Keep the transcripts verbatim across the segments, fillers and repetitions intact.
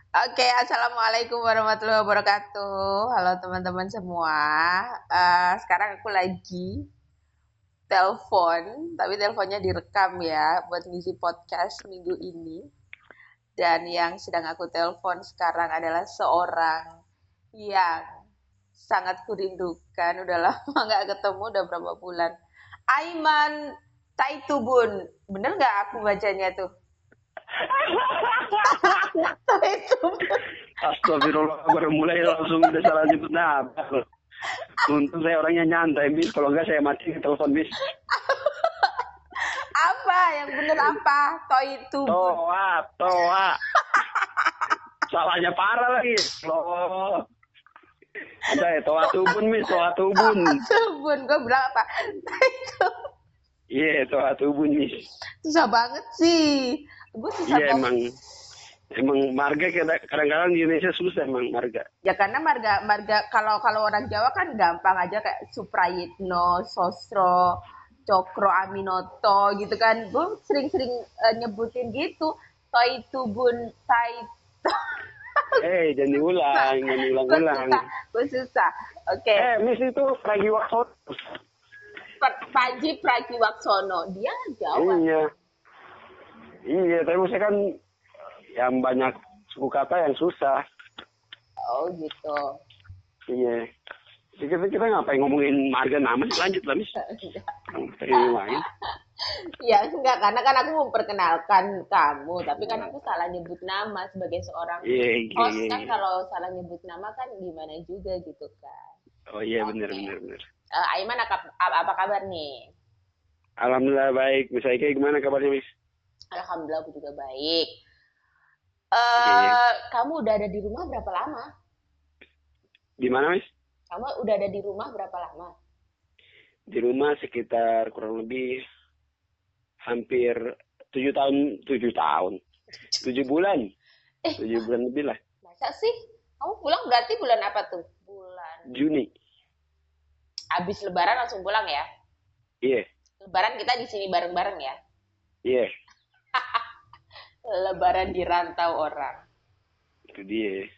Oke, assalamualaikum warahmatullahi wabarakatuh. Halo teman-teman semua. Eh, sekarang aku lagi telepon, tapi teleponnya direkam ya buat ngisi podcast minggu ini. Dan yang sedang aku telepon sekarang adalah seorang yang sangat kurindukan. Udah lama nggak ketemu, udah berapa bulan. Aiman Taitubun, bener nggak aku bacanya tuh? Taitubun. Astagfirullah, baru mulai langsung udah salah nyebut nama. Untung saya orangnya nyantai, Bis. Kalau enggak saya mati telepon, Bis. Apa yang bener apa? Taitubun. Toa, toa. Salahnya parah lagi. Loh. Ada ya, toa tubun, Mis. Toa tubun. Taitubun, gue bilang apa? Taitubun. Iya, yeah, toa tubun, Mis. Susah banget sih. Gue susah Iya, yeah, banget. emang. Emang marga kadang-kadang di Indonesia susah emang marga. Ya karena marga marga kalau kalau orang Jawa kan gampang aja kayak Suprayitno, Sosro, Cokro Aminoto gitu kan. Gue sering-sering uh, nyebutin gitu. Toitubun, Tai. Eh, hey, jangan diulang, jangan diulang-ulang. Gue susah. Oke. Okay. Eh, Miss itu Pragiwaksono. Panji Pragiwaksono. Dia Jawa. Iya. Iya, tapi maksudnya kan yang banyak suku kata yang susah. Oh gitu. Iya. Kita, kita ngapain ngomongin marga nama sih? Lanjut lah, Mis. Yang lain. Ya enggak, karena kan aku memperkenalkan kamu, tapi kan aku salah nyebut nama sebagai seorang yeah, host yeah, kan yeah. Kalau salah nyebut nama kan gimana juga gitu kan. Oh iya, okay. benar benar benar. Uh, Aiman apa, apa kabar nih? Alhamdulillah baik. Miss Aike gimana kabarnya, Mis? Alhamdulillah aku juga baik. Uh, yeah, yeah. Kamu udah ada di rumah berapa lama? Di mana, Mis? Kamu udah ada di rumah berapa lama? Di rumah sekitar kurang lebih hampir tujuh tahun, tujuh tahun, tujuh bulan, eh, tujuh bulan lebih lah. Masa sih? Kamu pulang berarti bulan apa tuh? Bulan Juni. Abis Lebaran langsung pulang ya? Iya. Yeah. Lebaran kita di sini bareng-bareng ya? Iya. Yeah. Lebaran di rantau orang. Itu dia.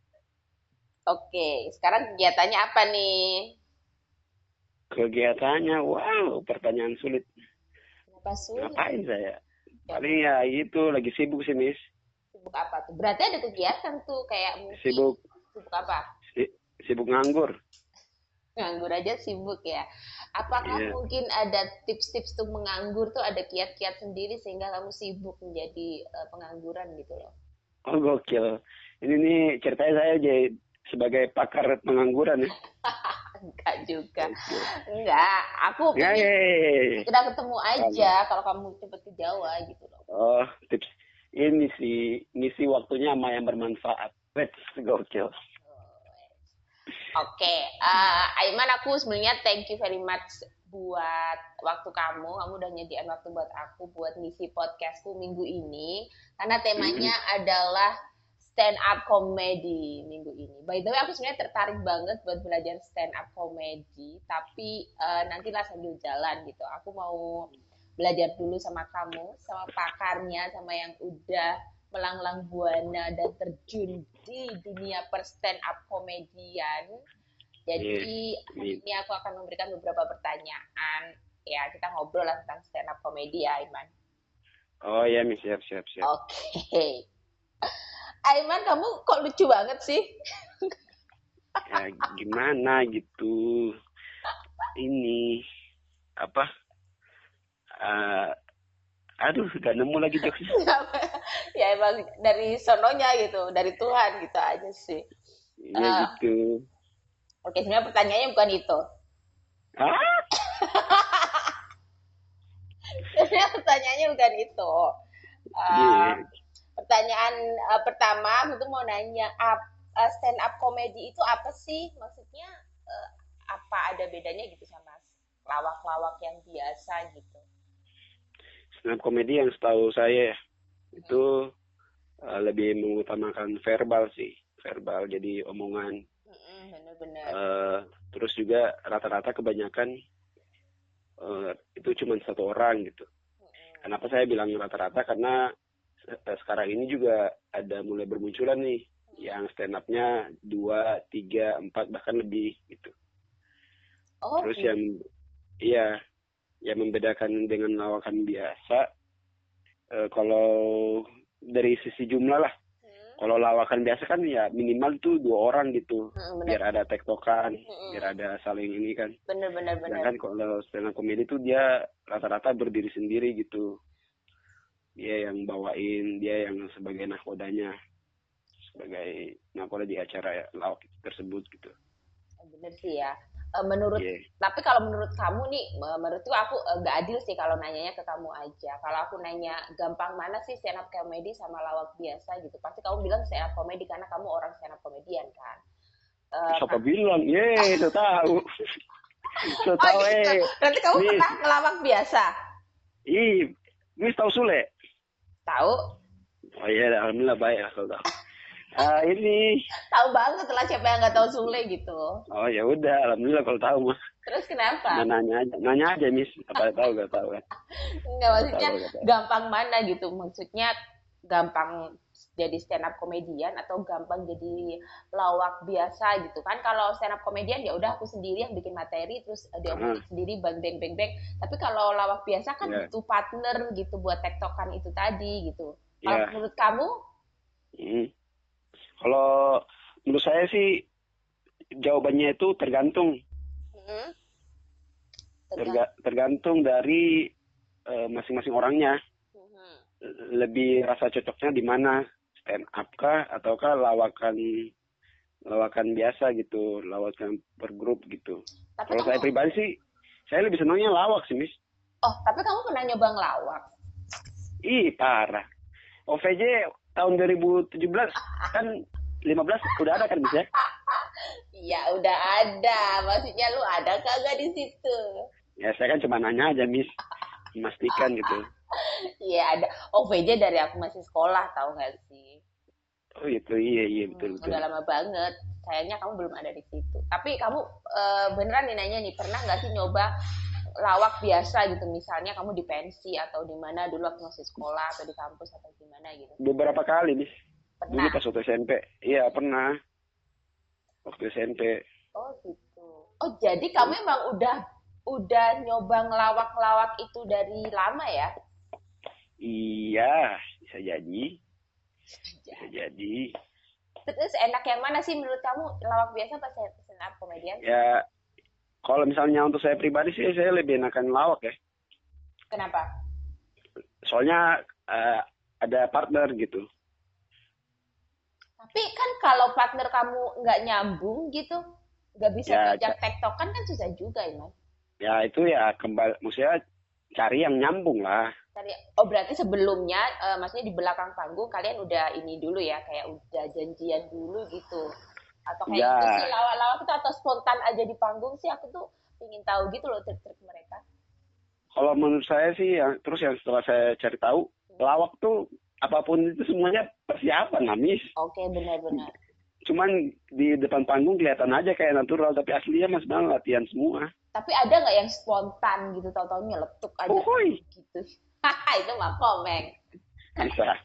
Oke, sekarang kegiatannya apa nih? Kegiatannya, wow, pertanyaan sulit. Kenapa sulit? Ngapain saya? Paling ya itu, lagi sibuk sih, Mis. Sibuk apa tuh? Berarti ada kegiatan tuh, kayak mungkin. Sibuk. Sibuk apa? Sibuk nganggur. Nganggur aja sibuk ya. Apakah yeah. mungkin ada tips-tips tuh menganggur tuh, ada kiat-kiat sendiri sehingga kamu sibuk menjadi uh, pengangguran gitu loh? Oh, gokil. Ini nih ceritanya saya jadi sebagai pakar pengangguran ya. Enggak juga. Enggak, aku pengen yeah. kita ketemu aja um. kalau kamu cepet ke Jawa gitu loh. Oh, tips ini sih ngisi waktunya sama yang bermanfaat. Wait, gokil. Oke, okay. uh, Aiman, aku sebenarnya thank you very much buat waktu kamu. Kamu udah nyediain waktu buat aku buat ngisi podcastku minggu ini. Karena temanya mm-hmm. adalah stand up comedy minggu ini. By the way, aku sebenarnya tertarik banget buat belajar stand up comedy. Tapi uh, nantilah sambil jalan gitu. Aku mau belajar dulu sama kamu, sama pakarnya, sama yang udah melanglang buana dan terjun di dunia per stand up komedian. Jadi yeah. hari ini aku akan memberikan beberapa pertanyaan. Ya, kita ngobrol lah tentang stand up komedi ya, Aiman. Oh ya, Miss, siap, siap, siap. Oke. Okay. Aiman, kamu kok lucu banget sih? Ya, gimana gitu. Ini apa? Uh, aduh, gak nemu lagi jokesnya. Ya emang dari sononya gitu, dari Tuhan gitu aja sih. Iya uh, gitu. Oke, sebenarnya pertanyaannya bukan itu. Ah? Sebenarnya pertanyaannya bukan itu. Uh, yeah. Pertanyaan uh, pertama, aku tuh mau nanya, up, uh, stand up comedy itu apa sih? Maksudnya uh, apa ada bedanya gitu sama lawak-lawak yang biasa gitu? Stand up comedy yang setahu saya itu uh, lebih mengutamakan verbal sih, verbal jadi omongan. Mm-hmm, benar-benar. Uh, terus juga rata-rata kebanyakan uh, itu cuma satu orang gitu. Mm-hmm. Kenapa saya bilang rata-rata? Karena sekarang ini juga ada mulai bermunculan nih yang stand up-nya dua, tiga, empat bahkan lebih gitu. Oh, terus gitu. Yang iya yang membedakan dengan lawakan biasa eh, kalau dari sisi jumlah lah. Hmm. Kalau lawakan biasa kan ya minimal tuh dua orang gitu. Hmm, biar ada tektokan, hmm. biar ada saling ini kan. Bener bener bener. Kan kalau stand up comedy tuh dia rata-rata berdiri sendiri gitu. Dia yang bawain, dia yang sebagai nahkodanya, sebagai nahkoda di acara lawak tersebut gitu. Bener sih ya. Menurut, yeah. Tapi kalau menurut kamu nih, menurutku aku nggak adil sih kalau nanyanya ke kamu aja. Kalau aku nanya gampang mana sih stand up comedy sama lawak biasa gitu, pasti kamu bilang stand up comedy karena kamu orang stand up comedian kan. Uh, Siapa kan? Bilang? Yeay, saya tahu. Saya tahu. Oh, gitu. Berarti kamu Miss. Pernah ngelawak biasa? Ih, Miss tahu Sule? Tahu. Oh iya, alhamdulillah baik lah kalau tahu. Uh, ini. Tahu banget lah siapa yang nggak tahu Sule gitu. Oh ya udah, alhamdulillah kalau tahu mah. Terus kenapa? Nah, nanya aja, nanya aja Miss, apa tahu nggak tahu kan? Enggak, maksudnya tahu, tahu. Gampang mana gitu? Maksudnya gampang jadi stand up komedian atau gampang jadi lawak biasa gitu kan? Kalau stand up komedian ya udah aku sendiri yang bikin materi terus dia uh-huh. sendiri bang bang bang bang. Tapi kalau lawak biasa kan yeah. butuh partner gitu buat tektokan itu tadi gitu. Kalau yeah. menurut kamu? Hmm. Kalau menurut saya sih jawabannya itu tergantung. Hmm. Terga- tergantung dari uh, masing-masing orangnya. Hmm. Lebih rasa cocoknya di mana? Stand up kah ataukah lawakan lawakan biasa gitu, lawakan per grup gitu. Kalau kamu... saya pribadi sih, saya lebih senangnya lawak sih, Miss. Oh, tapi kamu pernah nyoba ngelawak? Ih, parah. O V J tahun dua ribu tujuh belas kan lima belas udah ada kan, Miss ya? Iya, udah ada. Maksudnya lu ada kagak di situ? Ya, saya kan cuma nanya aja, Miss. Memastikan gitu. Iya, ada O V J dari aku masih sekolah, tahu nggak sih? Oh itu iya iya betul hmm, betul. Udah lama banget. Sayangnya kamu belum ada di situ. Tapi kamu e, beneran nih nanya nih, pernah nggak sih nyoba lawak biasa gitu? Misalnya kamu di pensi atau di mana dulu waktu masih sekolah atau di kampus atau di mana gitu? Beberapa kali, Miss. Pernah. Dulu pas waktu S M P. Iya, pernah. Waktu S M P. Oh gitu. Oh jadi kamu emang udah udah nyoba ngelawak-ngelawak itu dari lama ya? Iya, bisa jadi. Bisa jadi. Terus enak yang mana sih menurut kamu? Lawak biasa apa stand up komedian? Ya, kalau misalnya untuk saya pribadi sih, saya lebih enakan lawak ya. Kenapa? Soalnya uh, ada partner gitu. Tapi kan kalau partner kamu nggak nyambung gitu, nggak bisa ya, diajak tektokan kan susah juga, Iman. Ya itu ya kembali, maksudnya cari yang nyambung lah. Cari, oh berarti sebelumnya, uh, maksudnya di belakang panggung kalian udah ini dulu ya, kayak udah janjian dulu gitu. Atau kayak ya. Gitu sih lawak-lawak itu atau spontan aja di panggung sih, aku tuh ingin tahu gitu loh trik-trik mereka. Kalau menurut saya sih, yang, terus yang setelah saya cari tahu, hmm. lawak tuh apapun itu semuanya persiapan, Miss. Oke, okay, benar-benar. Cuman di depan panggung kelihatan aja kayak natural, tapi aslinya mas bang latihan semua. Tapi ada nggak yang spontan gitu, tau-tau nyeletuk aja oh, gitu? Haha, itu mah komeng. Bisa.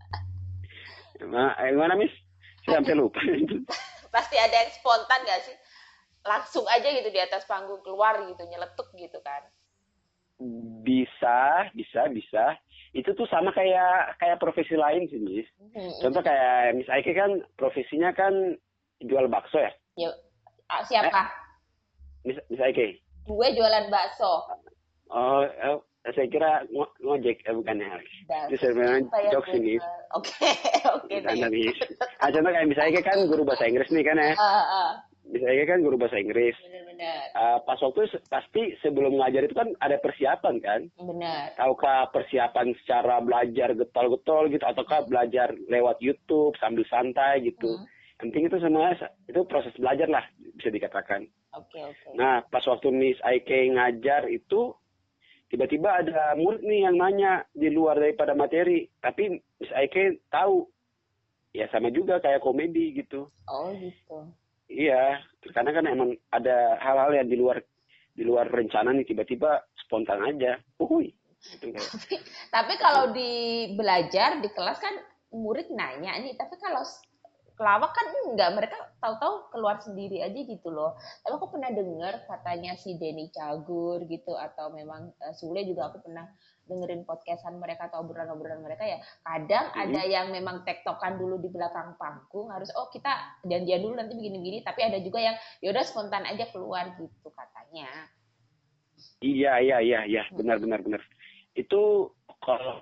Gimana, Miss? Saya sampai lupa. Pasti ada yang spontan nggak sih? Langsung aja gitu di atas panggung keluar gitu, nyeletuk gitu kan? Bisa, bisa, bisa. Itu tuh sama kayak kayak profesi lain sih, Miss. Hmm, Contoh hmm. kayak Miss Aike kan profesinya kan jual bakso ya? Ya, siapa? Eh, Miss, Miss Aike. Gue jualan bakso. Oh, oh saya kira ngo ngojek, eh, bukan ya. Itu sebenarnya jokes ini. Oke, oke. Ah, contoh kayak Miss Aike kan guru bahasa Inggris nih kan ya? Uh, uh. Miss Aike kan guru bahasa Inggris. Benar-benar. Uh, pas waktu pasti sebelum ngajar itu kan ada persiapan kan? Benar. Tahukah persiapan secara belajar getol-getol gitu, ataukah belajar lewat YouTube sambil santai gitu? Hmm. Yang penting itu semua itu proses belajar lah bisa dikatakan. Oke, okay, oke. Okay. Nah pas waktu Miss Aike ngajar itu tiba-tiba ada murid nih yang nanya di luar daripada materi, tapi Miss Aike tahu ya sama juga kayak komedi gitu. Oh gitu. Iya, karena kan emang ada hal-hal yang di luar di luar rencana nih tiba-tiba spontan aja. Uhuy. Itu kayak. Tapi, tapi kalau di belajar di kelas kan murid nanya nih, tapi kalau kelawak kan enggak, mereka tahu-tahu keluar sendiri aja gitu loh. Tapi aku pernah dengar katanya si Denny Cagur gitu, atau memang uh, Sule juga aku pernah dengerin podcastan mereka atau obrolan-obrolan mereka ya. Kadang mm-hmm. ada yang memang tektokan dulu di belakang panggung, harus oh kita janjian dulu nanti begini-begini, tapi ada juga yang yaudah spontan aja keluar gitu katanya. Iya, iya, iya, iya, benar, benar, benar. Itu kalau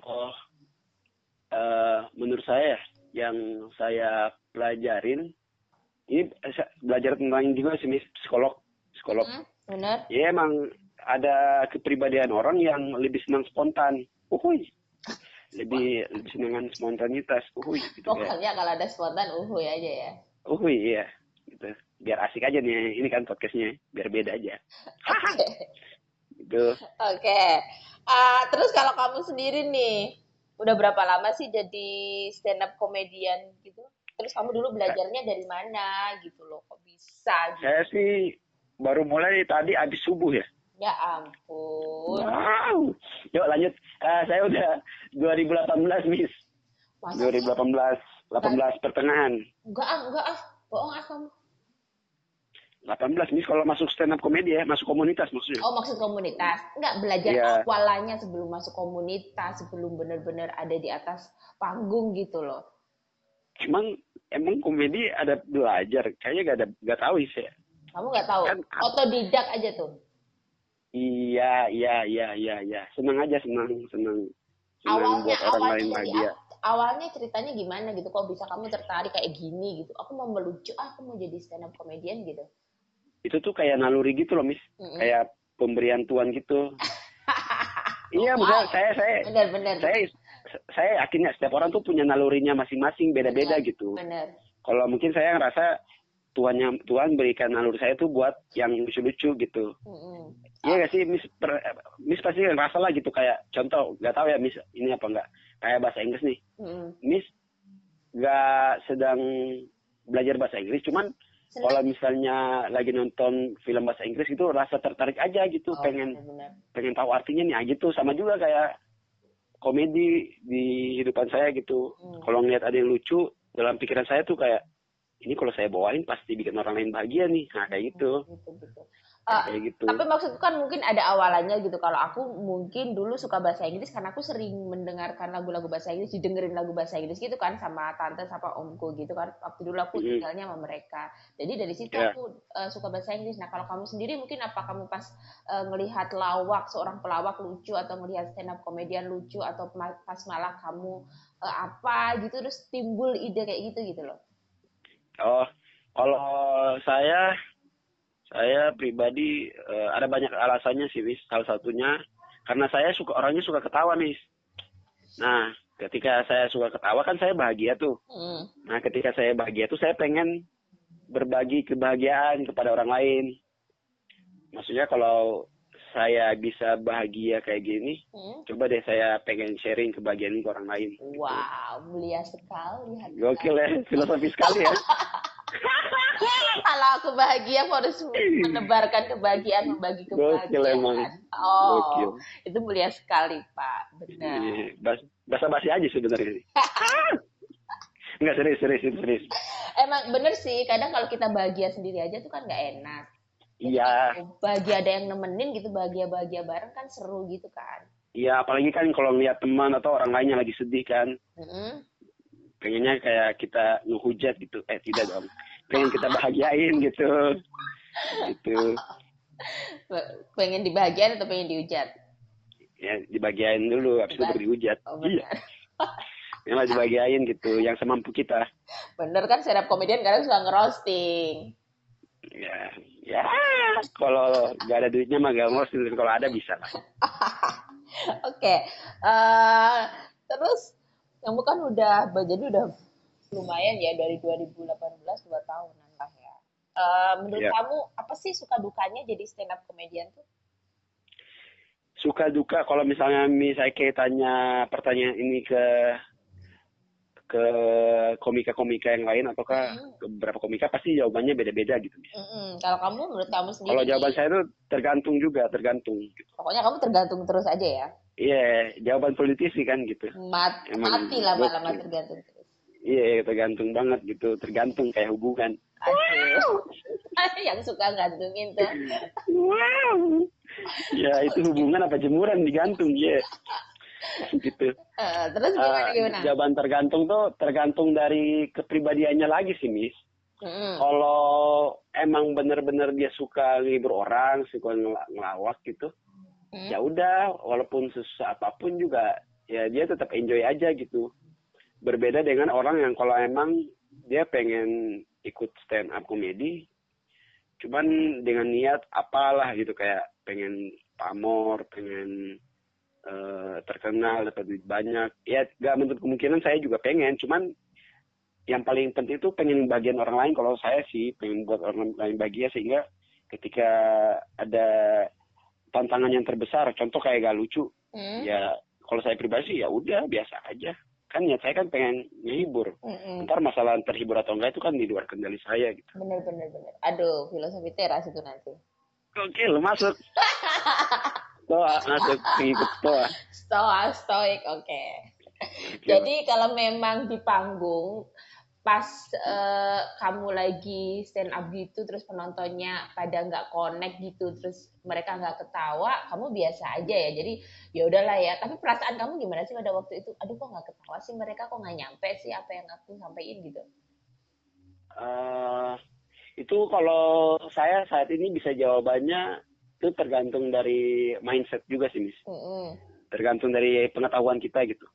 uh, menurut saya yang saya pelajarin, ini belajar tentang juga sih psikolog, psikolog. Hmm, benar. Ya emang ada kepribadian orang yang lebih senang spontan, uhuy, lebih lebih senang spontanitas, uhuy. Gitu, pokoknya ya. Kalau ada spontan, uhuy aja ya. Uhuy, iya, gitu. Biar asik aja nih, ini kan podcastnya, biar beda aja. Oke. Gitu. Oke. Okay. Uh, terus kalau kamu sendiri nih, udah berapa lama sih jadi stand up comedian gitu? Terus kamu dulu belajarnya dari mana gitu loh? Kok bisa gitu? Saya sih baru mulai tadi abis subuh ya. Ya ampun. Wow. Yuk lanjut. Uh, saya udah dua ribu delapan belas, Miss. Masa dua ribu delapan belas, delapan belas pertengahan. Enggak ah, enggak ah. Bohong ah kamu. delapan belas, Miss, kalau masuk stand up comedy ya, masuk komunitas maksudnya. Oh, maksud komunitas. Enggak, belajar yeah. awalannya sebelum masuk komunitas, sebelum benar-benar ada di atas panggung gitu loh. Emang emang komedi ada belajar? Kayaknya gak ada, gak tahu sih. Kamu gak tahu? Kan, otodidak aja tuh. Iya, iya, iya, iya, iya. Senang aja, senang, senang. senang awalnya, buat orang awalnya lain bahagia. Awalnya ceritanya gimana gitu? Kok bisa kamu tertarik kayak gini gitu? Aku mau melucu, ah, aku mau jadi stand up comedian gitu. Itu tuh kayak naluri gitu loh, Miss. Mm-hmm. Kayak pemberian Tuhan gitu. Iya, oh, benar. Saya, saya, benar, benar. Saya, saya yakin ya setiap orang tuh punya nalurinya masing-masing, beda-beda benar, gitu. Benar. Kalau mungkin saya ngerasa Tuhan yang Tuhan berikan naluri saya tuh buat yang lucu-lucu gitu. Mm-hmm. Iya nggak sih, Miss? Per, Miss pasti ngerasa lah gitu, kayak contoh, nggak tahu ya Miss ini apa nggak, kayak bahasa Inggris nih. Mm-hmm. Miss nggak sedang belajar bahasa Inggris, cuman kalau misalnya lagi nonton film bahasa Inggris itu rasa tertarik aja gitu, oh, pengen bener. pengen tahu artinya nih, gitu. Sama juga kayak komedi di hidupan saya gitu. Hmm. Kalau ngeliat ada yang lucu, dalam pikiran saya tuh kayak, ini kalau saya bawain pasti bikin orang lain bahagia nih. Nah kayak gitu. Hmm, gitu, gitu. Uh, kayak gitu. Tapi maksudku kan mungkin ada awalannya gitu. Kalau aku mungkin dulu suka bahasa Inggris karena aku sering mendengarkan lagu-lagu bahasa Inggris, didengerin lagu bahasa Inggris gitu kan sama tante sama omku gitu kan. Waktu dulu aku mm-hmm. tinggalnya sama mereka. Jadi dari situ yeah. aku uh, suka bahasa Inggris. Nah kalau kamu sendiri mungkin apa kamu pas uh, ngelihat lawak, seorang pelawak lucu, atau ngelihat stand up komedian lucu, atau pas malah kamu uh, apa gitu terus timbul ide kayak gitu gitu loh? Oh, kalau saya Saya pribadi uh, ada banyak alasannya sih, Miss. Salah satunya karena saya suka orangnya suka ketawa, Miss. Nah, ketika saya suka ketawa kan saya bahagia tuh. Mm. Nah, ketika saya bahagia tuh saya pengen berbagi kebahagiaan kepada orang lain. Maksudnya kalau saya bisa bahagia kayak gini, mm. coba deh saya pengen sharing kebahagiaan ke orang lain. Wow, gitu. Mulia sekali. Gokil ya, filosofi sekali ya. Kalau aku bahagia harus menebarkan kebahagiaan, membagi kebahagiaan. Oh, Gokil. Itu mulia sekali, Pak. Benar. Bas, basa-basi aja sebenarnya. Enggak, serius, serius, serius. Emang bener sih, kadang kalau kita bahagia sendiri aja tuh kan nggak enak. Iya. Bahagia ada yang nemenin gitu, bahagia-bahagia bareng kan seru gitu kan. Iya, apalagi kan kalau ngeliat teman atau orang lain yang lagi sedih kan. Mm-hmm. Pengennya kayak kita ngehujat gitu. Eh, tidak dong. Pengen kita bahagiain gitu. Gitu. Pengen dibahagiain atau pengen dihujat? Ya, dibahagiain dulu, habis itu baru dihujat. Oh, iya. Yang dibahagiain gitu, yang semampu kita. Bener kan, stand up comedian kadang suka ngerosting. Ya, ya. Kalau nggak ada duitnya mah nggak ngerosting. Kalau ada bisa lah. Oke. Okay. Uh, terus kamu kan udah, jadi udah lumayan ya dari dua ribu delapan belas, dua tahunan lah ya. Uh, menurut ya. kamu apa sih suka dukanya jadi stand up comedian tuh? Suka duka kalau misalnya misalnya kayak tanya pertanyaan ini ke ke komika-komika yang lain ataukah mm-hmm. ke beberapa komika, pasti jawabannya beda-beda gitu. Mm-hmm. Kalau kamu, menurut kamu sendiri? Kalau jawaban saya itu tergantung juga, tergantung. Gitu. Pokoknya kamu tergantung terus aja ya? Iya, jawaban politisi kan gitu. Mat, mati lama-lama tergantung terus. Iya, tergantung banget gitu. Tergantung kayak hubungan. Aduh. Yang suka gantungin tuh. Wow. Ya, itu hubungan apa jemuran digantung, ya. Gitu. Uh, terus gimana, gimana? Uh, jawaban tergantung tuh tergantung dari kepribadiannya lagi sih, Miss. Mm-hmm. Kalau emang bener-bener dia suka ngibur orang, suka ngel- ngelawak gitu, mm-hmm. ya udah, walaupun susah apapun juga, ya dia tetap enjoy aja gitu. Berbeda dengan orang yang kalau emang dia pengen ikut stand up komedi, cuman dengan niat apalah gitu, kayak pengen pamor, pengen uh, terkenal, dapat duit banyak. Ya gak menutup kemungkinan saya juga pengen, cuman yang paling penting itu pengen bagian orang lain. Kalau saya sih pengen buat orang lain bahagia, sehingga ketika ada tantangan yang terbesar, contoh kayak gak lucu, hmm. ya kalau saya pribadi sih ya udah biasa aja. Kan niat saya kan pengen ngehibur. Mm-mm. Ntar masalah terhibur atau enggak itu kan di luar kendali saya gitu. Bener bener bener. Aduh, filosofi teras itu nanti. Oke, lu masuk. Stoa masuk ikut stoa. Stoa, stoik, oke. Okay. Jadi kalau memang di panggung pas uh, kamu lagi stand up gitu, terus penontonnya pada nggak connect gitu, terus mereka nggak ketawa, kamu biasa aja ya. Jadi ya udahlah ya. Tapi perasaan kamu gimana sih pada waktu itu? Aduh, kok nggak ketawa sih mereka, kok nggak nyampe sih apa yang aku sampaikan gitu? Uh, itu kalau saya saat ini bisa jawabannya itu tergantung dari mindset juga sih, Miss. Mm-hmm. Tergantung dari pengetahuan kita gitu.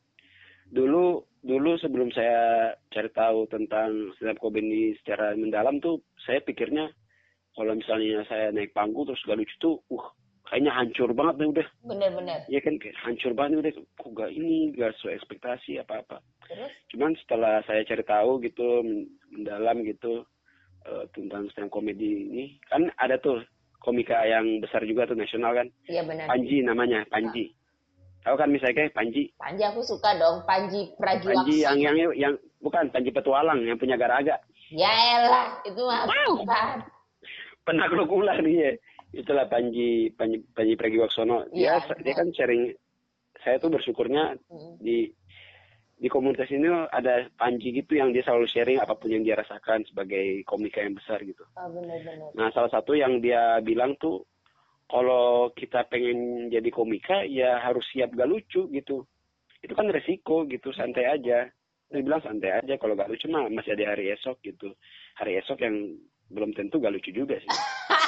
Dulu dulu sebelum saya cari tahu tentang stand up comedy secara mendalam tuh, saya pikirnya kalau misalnya saya naik panggung terus gak lucu tuh, uh kayaknya hancur banget nih udah. Bener-bener. Iya kan, kayak hancur banget udah. Kok gak ini, gak sesuai ekspektasi apa-apa. Terus? Cuman setelah saya cari tahu gitu, mendalam gitu uh, tentang stand up comedy ini, kan ada tuh komika yang besar juga tuh, nasional kan. Iya benar. Panji namanya, Panji. Nah. Tahu kan misalnya Panji? Panji aku suka dong, Panji Pragiwaksono. Panji yang yang yang bukan Panji Petualang yang punya Garaga. Ya elah, itu mah wow. Penakluk ular dia. Itulah Panji Panji, Panji Pragiwaksono. Dia ya, dia kan sharing. Saya tuh bersyukurnya hmm. di di komunitas ini ada Panji gitu yang dia selalu sharing apapun yang dia rasakan sebagai komika yang besar gitu. Oh, benar-benar. Nah, salah satu yang dia bilang tuh, kalau kita pengen jadi komika ya harus siap gak lucu gitu. Itu kan resiko gitu, santai aja. Dia bilang santai aja, kalau gak lucu mah masih ada hari esok gitu. Hari esok yang belum tentu gak lucu juga sih.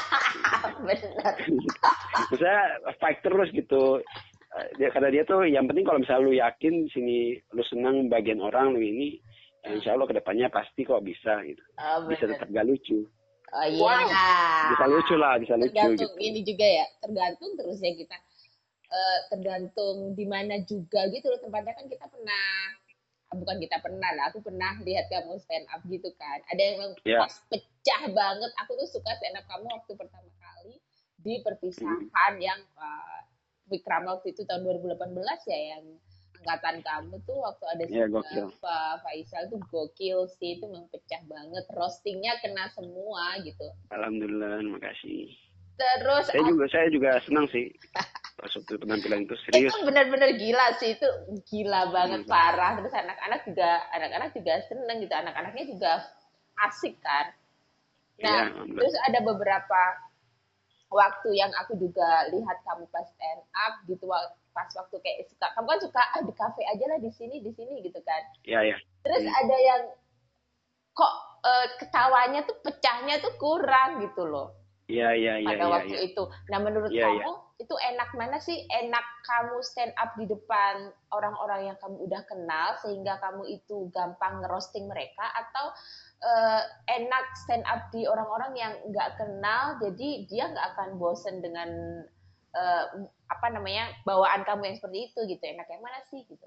Benar. Misalnya fight terus gitu. Dia, karena dia tuh yang penting kalau misalnya lu yakin sini lu senang bagian orang lu ini, ya insya Allah kedepannya pasti kok bisa gitu. Oh, bisa tetap gak lucu. Oh iya. Wow. Bisa lucu lah, bisa lucu. Tergantung gitu. Ini juga ya, tergantung terus ya kita. Uh, tergantung di mana juga gitu loh tempatnya. Kan kita pernah, bukan kita pernah lah, aku pernah lihat kamu stand up gitu kan. Ada yang yeah. pas pecah banget. Aku tuh suka stand up kamu waktu pertama kali di perpisahan hmm. yang uh, Wikrama waktu itu tahun dua ribu delapan belas ya, yang angkatan kamu tuh waktu ada yeah, Pak Faisal tuh gokil sih, itu memang pecah banget, roastingnya kena semua gitu. Alhamdulillah, terima kasih. Terus saya juga saya juga senang sih pas waktu penampilan itu, serius. Itu benar-benar gila sih, itu gila banget hmm. parah. Terus anak-anak juga anak-anak juga seneng gitu, anak-anaknya juga asik kan. Nah ya, terus ada beberapa waktu yang aku juga lihat kamu pas stand up gitu, pas waktu kayak suka, kamu kan suka ah, di kafe aja lah, di sini di sini gitu kan. Iya, iya. Terus hmm. ada yang kok uh, ketawanya tuh pecahnya tuh kurang gitu loh. Iya, iya, iya. Pada ya, waktu ya. itu. Nah menurut ya, kamu ya. itu enak mana sih? Enak kamu stand up di depan orang-orang yang kamu udah kenal sehingga kamu itu gampang ngerosting mereka, atau Uh, enak stand up di orang-orang yang nggak kenal, jadi dia nggak akan bosen dengan uh, apa namanya bawaan kamu yang seperti itu gitu? Enak yang mana sih gitu?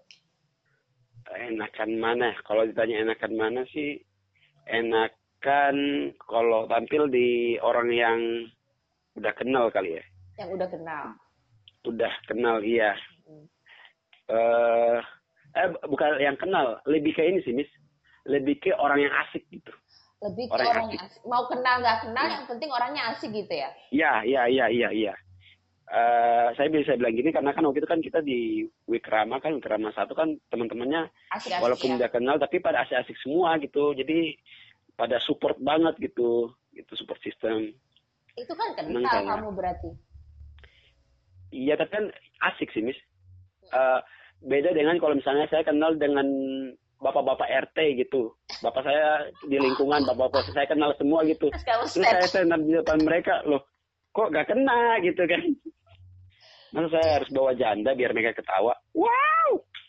Enakan mana? Kalau ditanya enakan mana sih? Enakan kalau tampil di orang yang udah kenal kali ya. Yang udah kenal. Udah kenal iya. Hmm. Uh, eh bukan yang kenal, lebih kayak ini sih, Miss. Lebih ke orang yang asik gitu. Lebih ke orang, orang yang asik. Mau kenal nggak kenal, ya. Yang penting orangnya asik gitu ya? Iya, iya, iya, iya, iya. uh, saya bisa bilang gini karena kan waktu itu kan kita di Wikrama kan Wikrama satu kan teman-temannya Asik-asik, walaupun ya. udah kenal tapi pada asik-asik semua gitu. Jadi pada support banget gitu, gitu support system. Itu kan kental kamu berarti. Iya, tapi kan asik sih, Miss. Uh, beda dengan kalau misalnya saya kenal dengan bapak-bapak R T gitu. Bapak saya di lingkungan, bapak-bapak saya kenal semua gitu. Terus saya stand up di depan mereka, loh, kok gak kena gitu kan. Masa saya harus bawa janda biar mereka ketawa. Wow!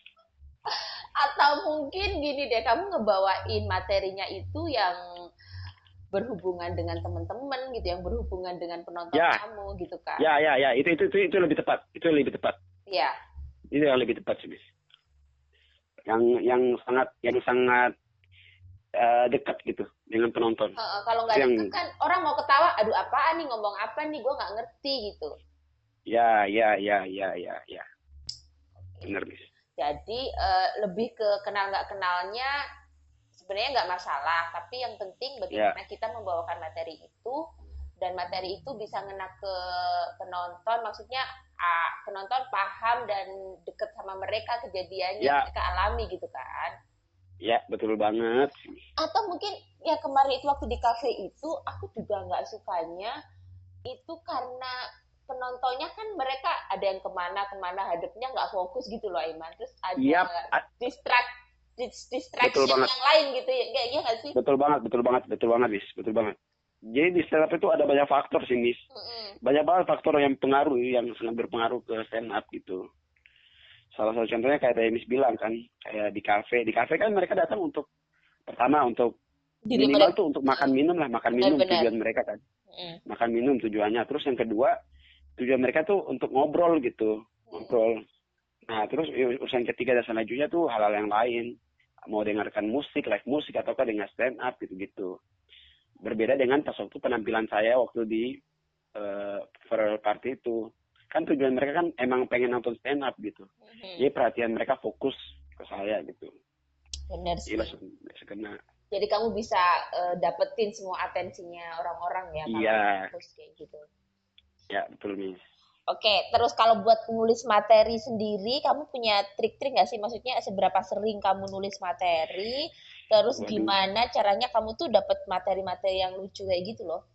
Atau mungkin gini deh, kamu ngebawain materinya itu yang berhubungan dengan teman-teman gitu, yang berhubungan dengan penonton ya. kamu gitu kan. Ya, ya, ya, itu itu itu, itu lebih tepat. Itu lebih tepat. Iya. Itu yang lebih tepat sih, Miss. Yang yang sangat yang sangat uh, dekat gitu dengan penonton. Uh, kalau nggak yang... dekat kan orang mau ketawa, aduh apaan nih, ngomong apa nih, gue nggak ngerti gitu. Ya, ya, ya, ya, ya, ya. Benar, Miss. Jadi uh, lebih ke kenal nggak kenalnya sebenarnya nggak masalah, tapi yang penting bagaimana yeah. kita membawakan materi itu dan materi itu bisa ngena ke penonton, maksudnya uh, penonton paham dan deket sama mereka kejadiannya yeah. mereka alami gitu kan? Ya, betul banget. Atau mungkin ya kemarin itu waktu di kafe itu aku juga nggak sukanya itu karena penontonnya kan mereka ada yang kemana-kemana hadapnya nggak fokus gitu loh Aiman, terus ada yep. distract distraction yang lain gitu ya, ya nggak sih? Betul banget, betul banget, betul banget, Miss, betul banget. Jadi di stand up itu ada banyak faktor sih, Miss. Mm-hmm. Banyak banget faktor yang pengaruh, yang sangat berpengaruh ke stand up gitu. Salah satu contohnya kayak tadi Miss bilang kan, kayak di kafe, di kafe kan mereka datang untuk pertama untuk Diri minimal mereka. tuh untuk makan minum lah, makan minum benar, tujuan benar. mereka kan, mm. makan minum tujuannya. Terus yang kedua tujuan mereka tuh untuk ngobrol gitu, ngobrol. Nah, terus urusan ketiga dan selanjutnya tuh hal-hal yang lain. Mau dengarkan musik, live musik, ataukah dengan stand up gitu-gitu. Berbeda dengan pas waktu penampilan saya waktu di uh, farewell party itu. Kan tujuan mereka kan emang pengen nonton stand up gitu. Mm-hmm. Jadi perhatian mereka fokus ke saya gitu. Benar sih. Kena. Jadi kamu bisa uh, dapetin semua atensinya orang-orang ya kalau iya. fokus kayak gitu. Ya, betul, Miss. Oke, terus kalau buat nulis materi sendiri, kamu punya trik-trik nggak sih? Maksudnya seberapa sering kamu nulis materi, terus Waduh. gimana caranya kamu tuh dapat materi-materi yang lucu kayak gitu loh?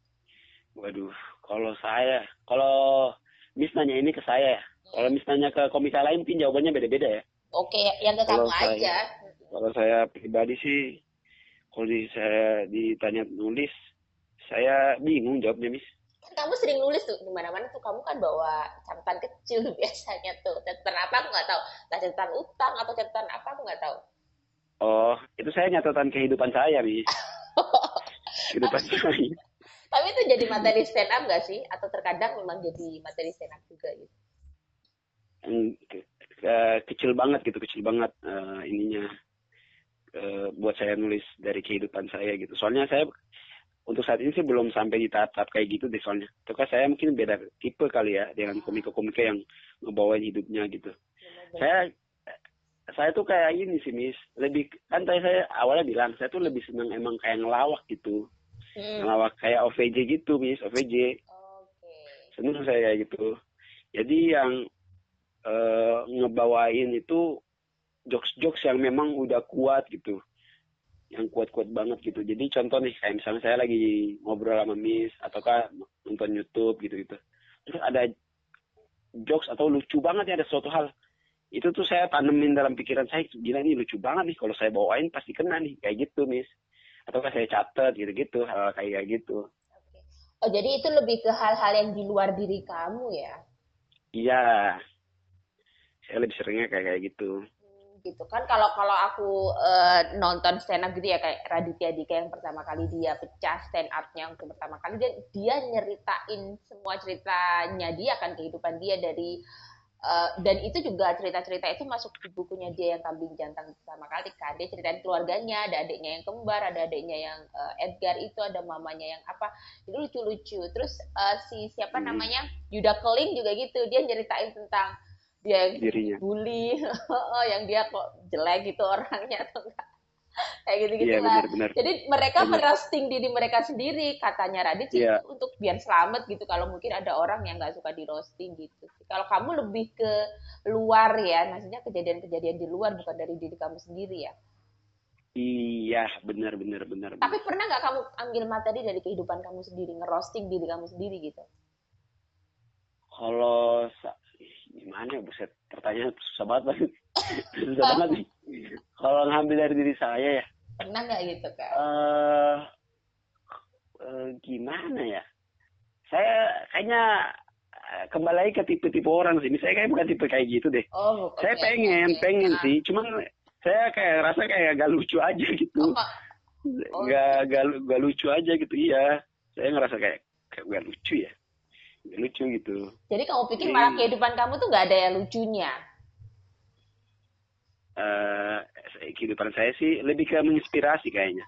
Waduh, kalau saya, kalau Miss nanya ini ke saya ya. Hmm. Kalau Miss nanya ke komika lain, mungkin jawabannya beda-beda ya. Oke, yang ke kamu saya, aja. Kalau saya pribadi sih, kalau di, saya ditanya nulis, saya bingung jawabnya, Miss. Kamu sering nulis tuh di mana-mana tuh, kamu kan bawa catatan kecil biasanya tuh. Catatan apa aku nggak tahu. Nah, catatan utang atau catatan apa aku nggak tahu. Oh, itu saya catatan kehidupan saya, Miss. Kehidupan saya. Tapi itu jadi materi stand up nggak sih? Atau terkadang memang jadi materi stand up juga gitu? Ke- ke- kecil banget gitu, kecil banget uh, ininya. Uh, buat saya nulis dari kehidupan saya gitu. Soalnya saya untuk saat ini sih belum sampai di tahap-tahap kayak gitu deh soalnya. Itu kan saya mungkin beda tipe kali ya dengan komika-komika yang ngebawain hidupnya gitu. Benar-benar. Saya saya tuh kayak ini sih, Miss. Lebih kan tadi saya awalnya bilang saya tuh lebih senang emang kayak ngelawak gitu. Hmm. Ngelawak kayak O V J gitu, Miss, O V J. Oke. Senang saya kayak gitu. Jadi yang uh, ngebawain itu jokes-jokes yang memang udah kuat gitu. Yang kuat-kuat banget gitu. Jadi contoh nih, kayak misalnya saya lagi ngobrol sama Miss, ataukah nonton YouTube gitu-gitu. Terus ada jokes atau lucu banget ya, ada suatu hal. Itu tuh saya tanemin dalam pikiran saya, gila nih lucu banget nih, kalau saya bawain pasti kena nih, kayak gitu, Miss. Ataukah saya catat gitu-gitu, hal kayak gitu. Oke. Oh, jadi itu lebih ke hal-hal yang di luar diri kamu ya? Iya. Saya lebih seringnya kayak kayak gitu. Gitu kan, kalau kalau aku uh, nonton stand up gitu ya, kayak Raditya Dika yang pertama kali dia pecah stand up-nya untuk pertama kali, dia, dia nyeritain semua ceritanya dia kan, kehidupan dia dari uh, dan itu juga cerita-cerita itu masuk di bukunya dia yang Kambing Jantan pertama kali kan. Dia ceritain keluarganya, ada adiknya yang kembar, ada adiknya yang uh, Edgar itu, ada mamanya yang apa, itu lucu-lucu. Terus uh, si siapa hmm. namanya Yuda Keling juga gitu, dia nyeritain tentang dia dirinya bully, oh yang dia kok jelek gitu orangnya atau enggak. Kayak gitu-gitu Iya, lah. benar-benar. Jadi mereka Benar. merosting diri mereka sendiri. Katanya Radit sih Iya. itu untuk biar selamat gitu. Kalau mungkin ada orang yang nggak suka di roasting gitu. Kalau kamu lebih ke luar ya, maksudnya kejadian-kejadian di luar bukan dari diri kamu sendiri ya. Iya, benar benar benar Tapi benar. pernah nggak kamu ambil materi dari kehidupan kamu sendiri, ngerosting diri kamu sendiri gitu? Kalau sa- gimana ya, buset, pertanyaan susah banget. Susah banget nih. Kalau ngambil dari diri saya ya, Pernah nggak gitu kan? eh eh, gimana ya? Saya kayaknya eh, kembali lagi ke tipe-tipe orang sih. Saya kayak bukan tipe kayak gitu deh. Oh, oke, Saya oke, pengen, oke. pengen Ah. sih. Cuman saya kayak rasa kayak gak lucu aja gitu. Oh, Kak. Oh, Gak, gak, gak lucu aja gitu. Iya. Saya ngerasa kayak, kayak gak lucu ya. Gak lucu gitu. jadi kamu pikir Jadi, malah kehidupan kamu tuh nggak ada yang lucunya? eh kehidupan saya sih lebih ke menginspirasi kayaknya.